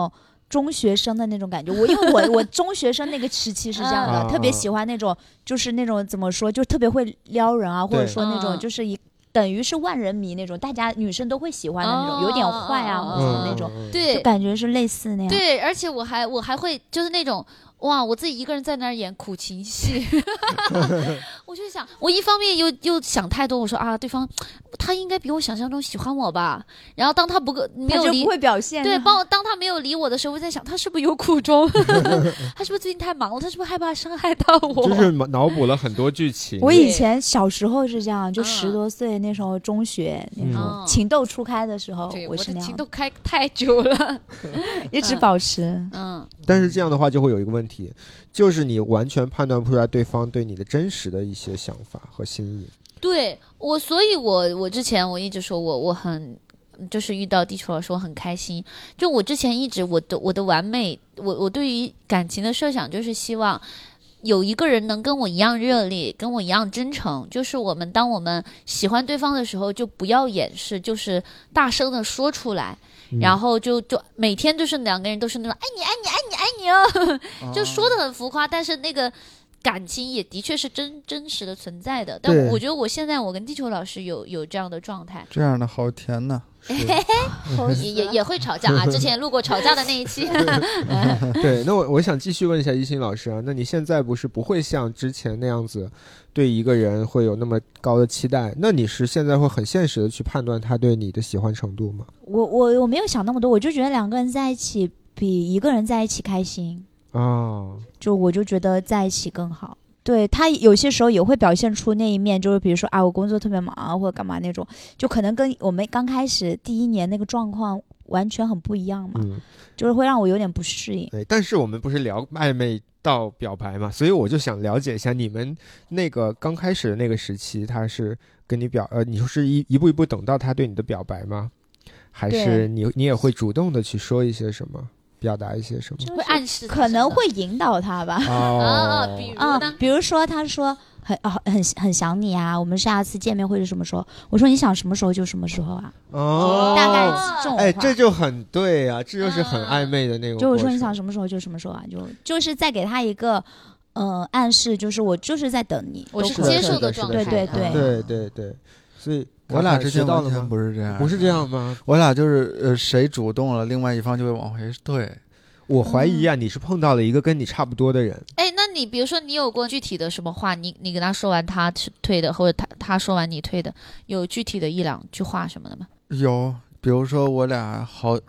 中学生的那种感觉。因为我中学生那个时期是这样的，特别喜欢那种就是那种怎么说，就特别会撩人啊，或者说那种就是等于是万人迷那种，大家女生都会喜欢的那种，有点坏啊或者那种， 对， 就感觉是类似那样。 对，而且我还会就是那种。哇！我自己一个人在那儿演苦情戏，我就想，我一方面又想太多，我说啊，对方他应该比我想象中喜欢我吧。然后当他没有不会表现， 对，当他没有理我的时候，我在想他是不是有苦衷，他是不是最近太忙了，他是不是害怕伤害到我？ 就是脑补了很多剧情。 我以前小时候是这样，就10多岁那时候中学那种情窦初开的时候，我是那样。 情窦开太久了， 一直保持。 但是这样的话就会有一个问题，就是你完全判断不出来对方对你的真实的一些想法和心意。 对我，所以我之前我一直说我很就是遇到地球老师我很开心。就我之前一直我的完美，我对于感情的设想就是希望有一个人能跟我一样热烈，跟我一样真诚。就是当我们喜欢对方的时候，就不要掩饰，就是大声的说出来。然后就每天就是两个人都是那种爱你爱你爱你爱你哦，就说的很浮夸，但是那个感情也的确是真实的存在的。但我觉得现在我跟地球老师有这样的状态， 这样的好甜呐。 也会吵架啊，之前录过吵架的那一期。 对，那我想继续问一下一心老师啊，那你现在不会像之前那样子对一个人会有那么高的期待，那你是现在会很现实的去判断他对你的喜欢程度吗？ 我没有想那么多，我就觉得两个人在一起比一个人在一起开心啊，我就觉得在一起更好。对，他有些时候也会表现出那一面，就是比如说啊，我工作特别忙啊，或者干嘛那种，就可能跟我们刚开始第一年那个状况完全很不一样嘛，就是会让我有点不适应。 对，但是我们不是聊暧昧到表白嘛，所以我就想了解一下你们那个刚开始的那个时期，他是跟你你说是一步一步等到他对你的表白吗？还是你也会主动的去说一些什么？表达一些什么， 会暗示， 可能会引导他吧。比如说他说很想你啊，我们下次见面会是什么时候？我说你想什么时候就什么时候啊。大概这种话。 这就很对啊，这就是很暧昧的那种。 就我说你想什么时候就什么时候啊，就是再给他一个暗示，就是我就是在等你， 我是接受的状态。 对，所以。 我俩之间完全不是这样， 不是这样吗？ 我俩就是谁主动了，另外一方就会往回退。 我怀疑啊，你是碰到了一个跟你差不多的人。 那你比如说你有过具体的什么话，你跟他说完他退的，或者他说完你退的，有具体的1-2句话什么的吗？ 有，比如说我俩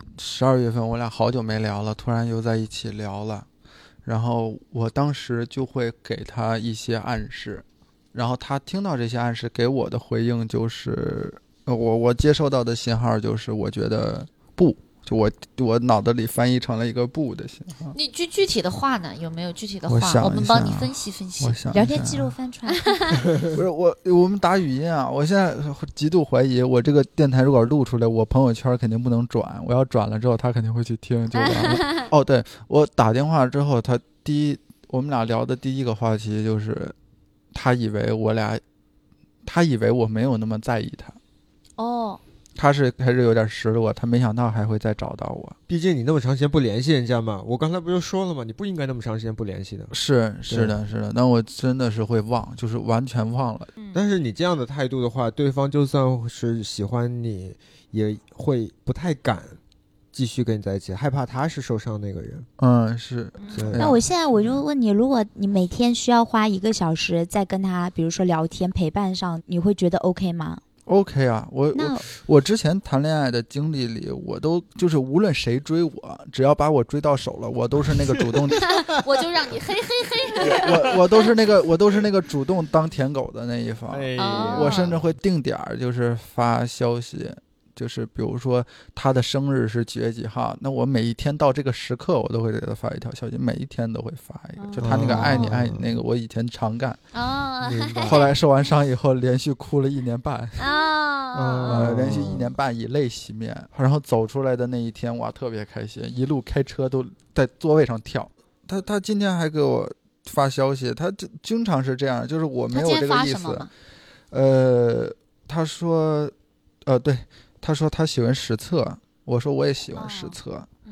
12月份我俩好久没聊了，突然又在一起聊了，然后我当时就会给他一些暗示。然后他听到这些暗示给我的回应就是我接收到的信号就是我觉得不，就我脑子里翻译成了一个不的信号。 你具体的话呢？有没有具体的话？我们帮你分析分析。 聊天记录翻出来。 不是我们打语音啊，我现在极度怀疑我这个电台如果录出来，我朋友圈肯定不能转，我要转了之后他肯定会去听就完了。对，我打电话之后我们俩聊的第一个话题就是他以为我没有那么在意他。他是还是有点失落，他没想到还会再找到我。 毕竟你那么长时间不联系人家嘛，我刚才不就说了吗？你不应该那么长时间不联系的。 是的，但我真的是会忘，就是完全忘了。 但是你这样的态度的话，对方就算是喜欢你，也会不太敢继续跟你在一起，害怕他是受伤那个人。 是。 那我现在我就问你，如果你每天需要花1个小时在跟他比如说聊天陪伴上，你会觉得 OK 吗 ？OK 啊，我之前谈恋爱的经历里，我都就是无论谁追我，只要把我追到手了，我都是那个主动我就让你嘿嘿嘿。 我都是那个主动当舔狗的那一方。我甚至会定点就是发消息。就是比如说他的生日是几月几号，那我每一天到这个时刻我都会给他发一条消息，每一天都会发一个。就他那个爱你爱你那个，我以前常干。后来受完伤以后连续哭了1年半。连续1年半以泪洗面，然后走出来的那一天哇特别开心，一路开车都在座位上跳。他今天还给我发消息，他就经常是这样，就是我没有这个意思。他说对，他说他喜欢史册，我说我也喜欢史册。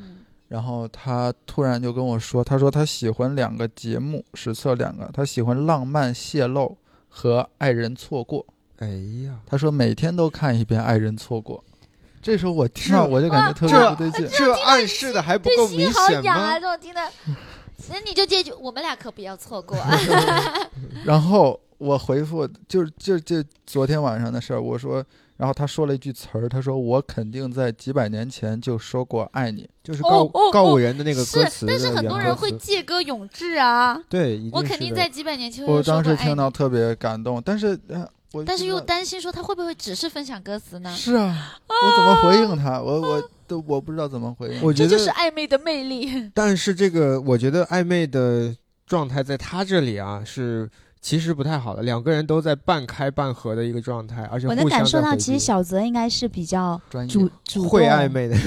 然后他突然就跟我说，他说他喜欢2个节目，实测2个，他喜欢浪漫泄露和爱人错过。 哎呀， 他说每天都看一遍爱人错过。这时候我听到我就感觉特别不对劲， 这暗示的还不够明显吗？ 这种听的，那你就接句我们俩可不要错过。 然后我回复就昨天晚上的事儿，我说，然后他说了一句词儿，他说我肯定在几百年前就说过爱你， 就是告五人的那个歌词。 但是很多人会借歌咏志啊。 对，一定我肯定在几百年前我当时听到特别感动，但是又担心说他会不会只是分享歌词呢？ 是啊，我怎么回应他？我不知道怎么回应。 我觉得这就是暧昧的魅力。 但是这个我觉得暧昧的状态在他这里啊是其实不太好的，2个人都在半开半合的一个状态，而且互相在回避。 我能感受到，其实小泽应该是比较主会暧昧的。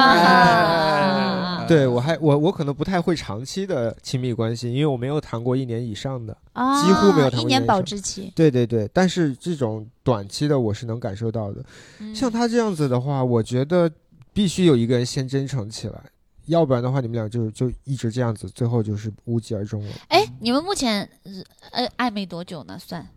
对，我可能不太会长期的亲密关系，因为我没有谈过1年以上的，几乎没有谈过 1年保质期。 对对对，但是这种短期的我是能感受到的。像他这样子的话，我觉得必须有一个人先真诚起来，要不然的话你们俩就一直这样子，最后就是无疾而终了。 你们目前暧昧多久呢？算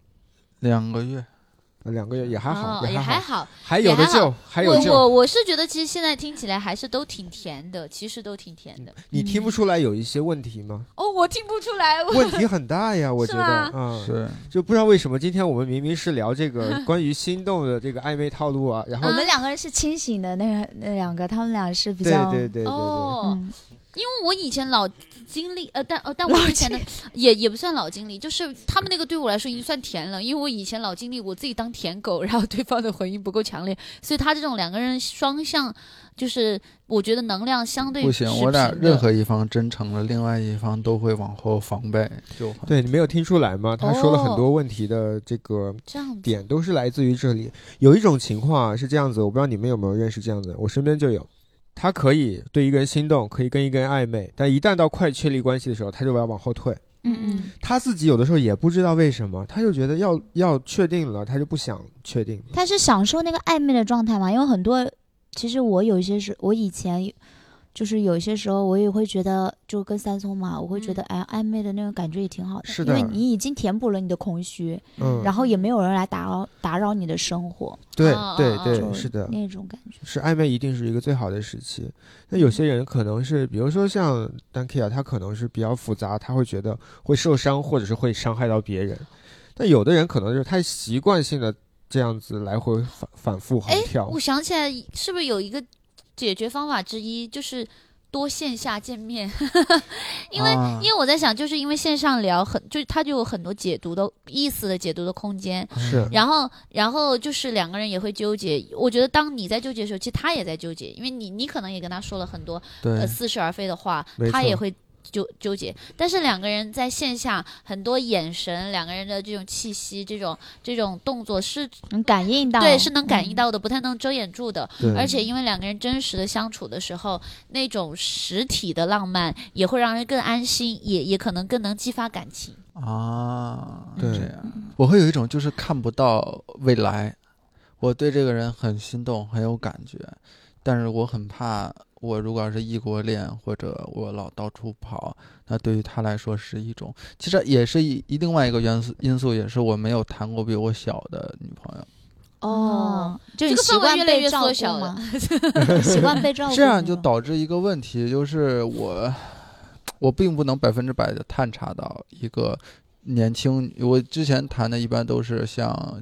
2个月。 2个月也还好， 也还好， 还有的救，还有救。 我是觉得其实现在听起来还是都挺甜的，其实都挺甜的。 你听不出来有一些问题吗？ 我听不出来， 问题很大呀，我觉得是就不知道为什么今天我们明明是聊这个关于心动的这个暧昧套路啊，然后我们2个人是清醒的，那2个他们俩是比较对。 因为我以前老经历，但我以前的也不算老经历，就是他们那个对我来说已经算甜了，因为我以前老经历我自己当舔狗，然后对方的回应不够强烈，所以他这种2个人双向，就是我觉得能量相对不行，我俩任何一方真诚了，另外一方都会往后防备。 对，你没有听出来吗？他说了很多问题的这个点都是来自于这里。有一种情况是这样子，我不知道你们有没有认识这样子，我身边就有。他可以对一个人心动，可以跟一个人暧昧，但一旦到快确立关系的时候，他就要往后退。他自己有的时候也不知道为什么，他就觉得要确定了，他就不想确定。 他是享受那个暧昧的状态嘛？因为很多，其实我有一些是，我以前就是有些时候我也会觉得，就跟三松嘛，我会觉得暧昧的那种感觉也挺好的， 是的， 因为你已经填补了你的空虚，然后也没有人来打扰你的生活。 对，是的， 那种感觉是暧昧一定是一个最好的时期。那有些人可能是，比如说像 Dankia， 他可能是比较复杂，他会觉得会受伤，或者是会伤害到别人。但有的人可能就是太习惯性的这样子来回反复横跳。 我想起来，是不是有一个解决方法之一就是多线下见面？因为我在想，就是因为线上聊就是它就有很多解读的意思的解读的空间， 是。 然后就是2个人也会纠结。我觉得当你在纠结的时候，其实他也在纠结，因为你可能也跟他说了很多似是而非的话，他也会纠结。但是2个人在线下很多眼神，2个人的这种气息，这种动作是能感应到， 对，是能感应到的，不太能遮掩住的。而且因为2个人真实的相处的时候，那种实体的浪漫也会让人更安心，也可能更能激发感情啊。 对， 这样我会有一种就是看不到未来，我对这个人很心动，很有感觉，但是我很怕。我如果要是异国恋，或者我老到处跑，那对于他来说是一种，其实也是另外一个因素，也是我没有谈过比我小的女朋友。 就你习惯被照顾吗？习惯被照顾， 这样就导致一个问题，就是我并不能100%的探查到一个年轻，我之前谈的一般都是像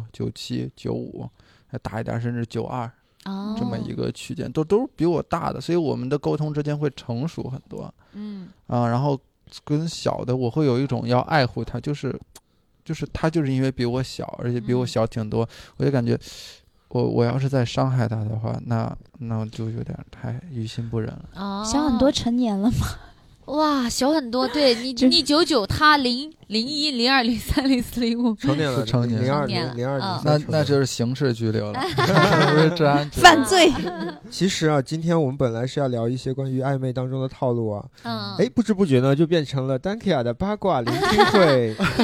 96、97、95，还大一点甚至92。这么一个区间，都是比我大的，所以我们的沟通之间会成熟很多。然后跟小的我会有一种要爱护他，就是他就是因为比我小，而且比我小挺多，我就感觉我要是再伤害他的话，那就有点太于心不忍了。 小很多，成年了吗？ 哇，小很多。对你99，他0、01、02、03、04、05， 成年了， 成年 02、 那就是刑事拘留了，不是治安犯罪。 其实啊，今天我们本来是要聊一些关于暧昧当中的套路啊，不知不觉呢就变成了 Dankia 的八卦聆听会。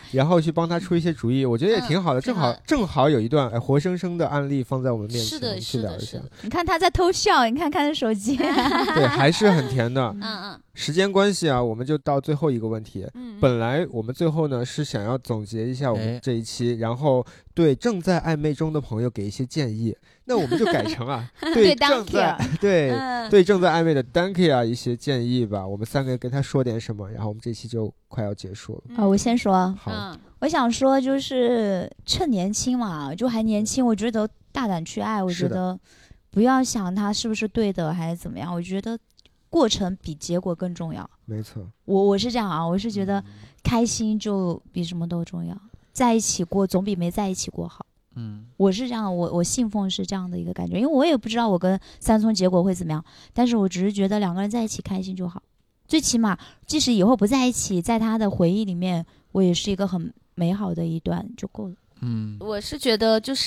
然后去帮他出一些主意，我觉得也挺好的。正好有一段活生生的案例放在我们面前， 是的， 去聊一下。 你看他在偷笑，你看着手机， 对，还是很甜的。 嗯。 时间关系啊，我们就到最后一个问题。本来我们最后呢是想要总结一下我们这一期，然后对正在暧昧中的朋友给一些建议。那我们就改成对正在暧昧的 Danky 啊一些建议吧。我们3个跟他说点什么，然后我们这期就快要结束了。 我先说。 好。 我想说就是趁年轻嘛，就还年轻，我觉得大胆去爱。我觉得不要想他是不是对的还是怎么样，我觉得过程比结果更重要。 没错， 我是这样啊，我是觉得开心就比什么都重要，在一起过总比没在一起过好。我是这样，我信奉是这样的一个感觉，因为我也不知道我跟三聪结果会怎么样，但是我只是觉得2个人在一起开心就好，最起码即使以后不在一起，在他的回忆里面，我也是一个很美好的一段就够了。 我是觉得就是。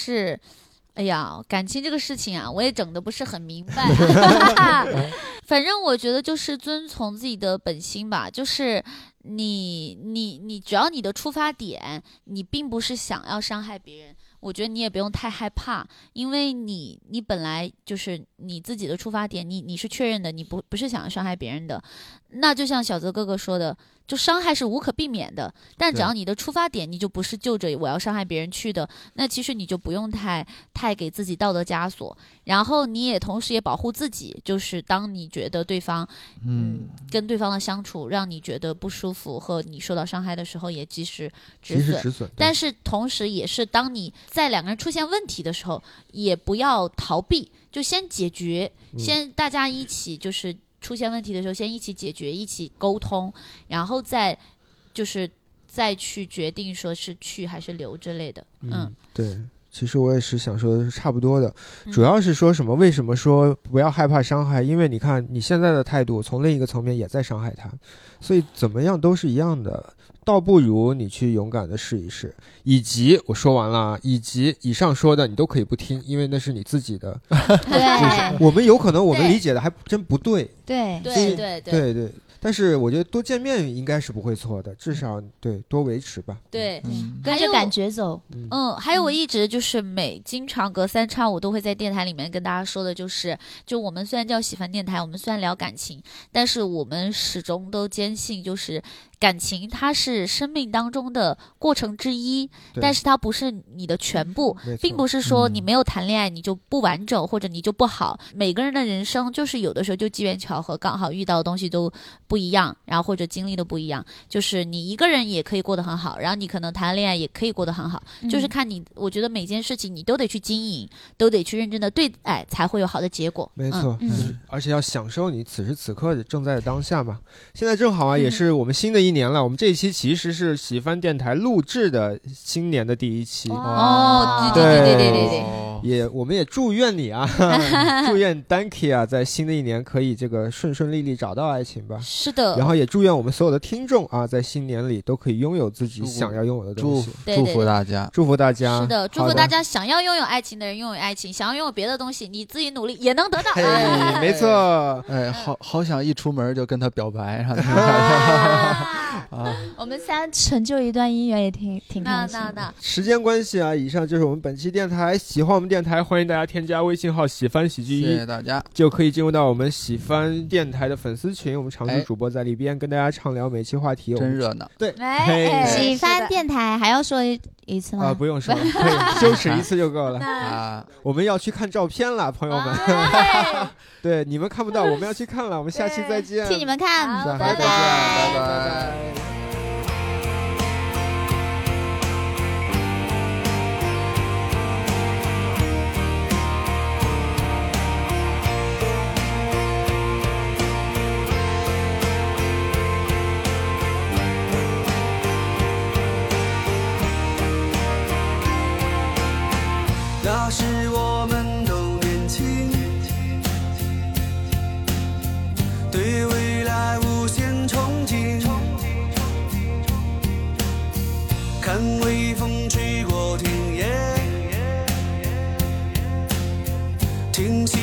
哎呀，感情这个事情啊，我也整得不是很明白。反正我觉得就是遵从自己的本心吧，就是你只要你的出发点，你并不是想要伤害别人，我觉得你也不用太害怕，因为你本来就是你自己的出发点，你是确认的，你不是想要伤害别人的。那就像小泽哥哥说的，就伤害是无可避免的，但只要你的出发点你就不是就着我要伤害别人去的，那其实你就不用太给自己道德枷锁，然后你也同时也保护自己，就是当你觉得对方跟对方的相处让你觉得不舒服和你受到伤害的时候，也及时止损。但是同时也是当你在2个人出现问题的时候，也不要逃避，就先解决，先大家一起就是出现问题的时候先一起解决，一起沟通，然后再去决定说是去还是留之类的。 对，其实我也是想说的是差不多的，主要是说什么为什么说不要害怕伤害，因为你看你现在的态度从另一个层面也在伤害他，所以怎么样都是一样的，倒不如你去勇敢的试一试。以及我说完了，以及以上说的你都可以不听，因为那是你自己的对， 我们有可能我们理解的还真不对。 对， 但是我觉得多见面应该是不会错的，至少多维持吧。 对， 跟着感觉走。 还有我一直就是经常隔3差5都会在电台里面跟大家说的，就我们虽然叫喜欢电台，我们虽然聊感情，但是我们始终都坚信就是感情它是生命当中的过程之一，但是它不是你的全部，并不是说你没有谈恋爱你就不完整或者你就不好。每个人的人生就是有的时候就机缘巧合，刚好遇到的东西都不一样，然后或者经历的不一样，就是你一个人也可以过得很好，然后你可能谈恋爱也可以过得很好，就是看你，我觉得每件事情你都得去经营，都得去认真的对待，才会有好的结果。 没错，而且要享受你此时此刻正在的当下嘛。现在正好啊，也是我们新的一年了，我们这一期其实是喜番电台录制的新年的第1期。对，我们也祝愿你啊，祝愿 Danky 啊，在新的一年可以这个顺顺利利找到爱情吧。 是的。 然后也祝愿我们所有的听众啊，在新年里都可以拥有自己想要拥有的东西。 祝福大家， 祝福大家。 是的，祝福大家想要拥有爱情的人拥有爱情，想要拥有别的东西，你自己努力也能得到。 没错。 好想一出门就跟他表白。 我们3成就一段姻缘也挺开心。 那时间关系啊，以上就是我们本期电台。喜欢我们电台，欢迎大家添加微信号喜番喜剧1， 谢谢大家， 就可以进入到我们喜番电台的粉丝群。我们常驻主播在里边跟大家畅聊每期话题， 真热闹。 对， 喜番电台还要说一次吗？ 不用说了，可以羞耻一次就够了。我们要去看照片了，朋友们。对，你们看不到，我们要去看了。我们下期再见， 替你们看， 拜拜。 那时我们都年轻，对未来无限憧憬，看微风吹过田野，听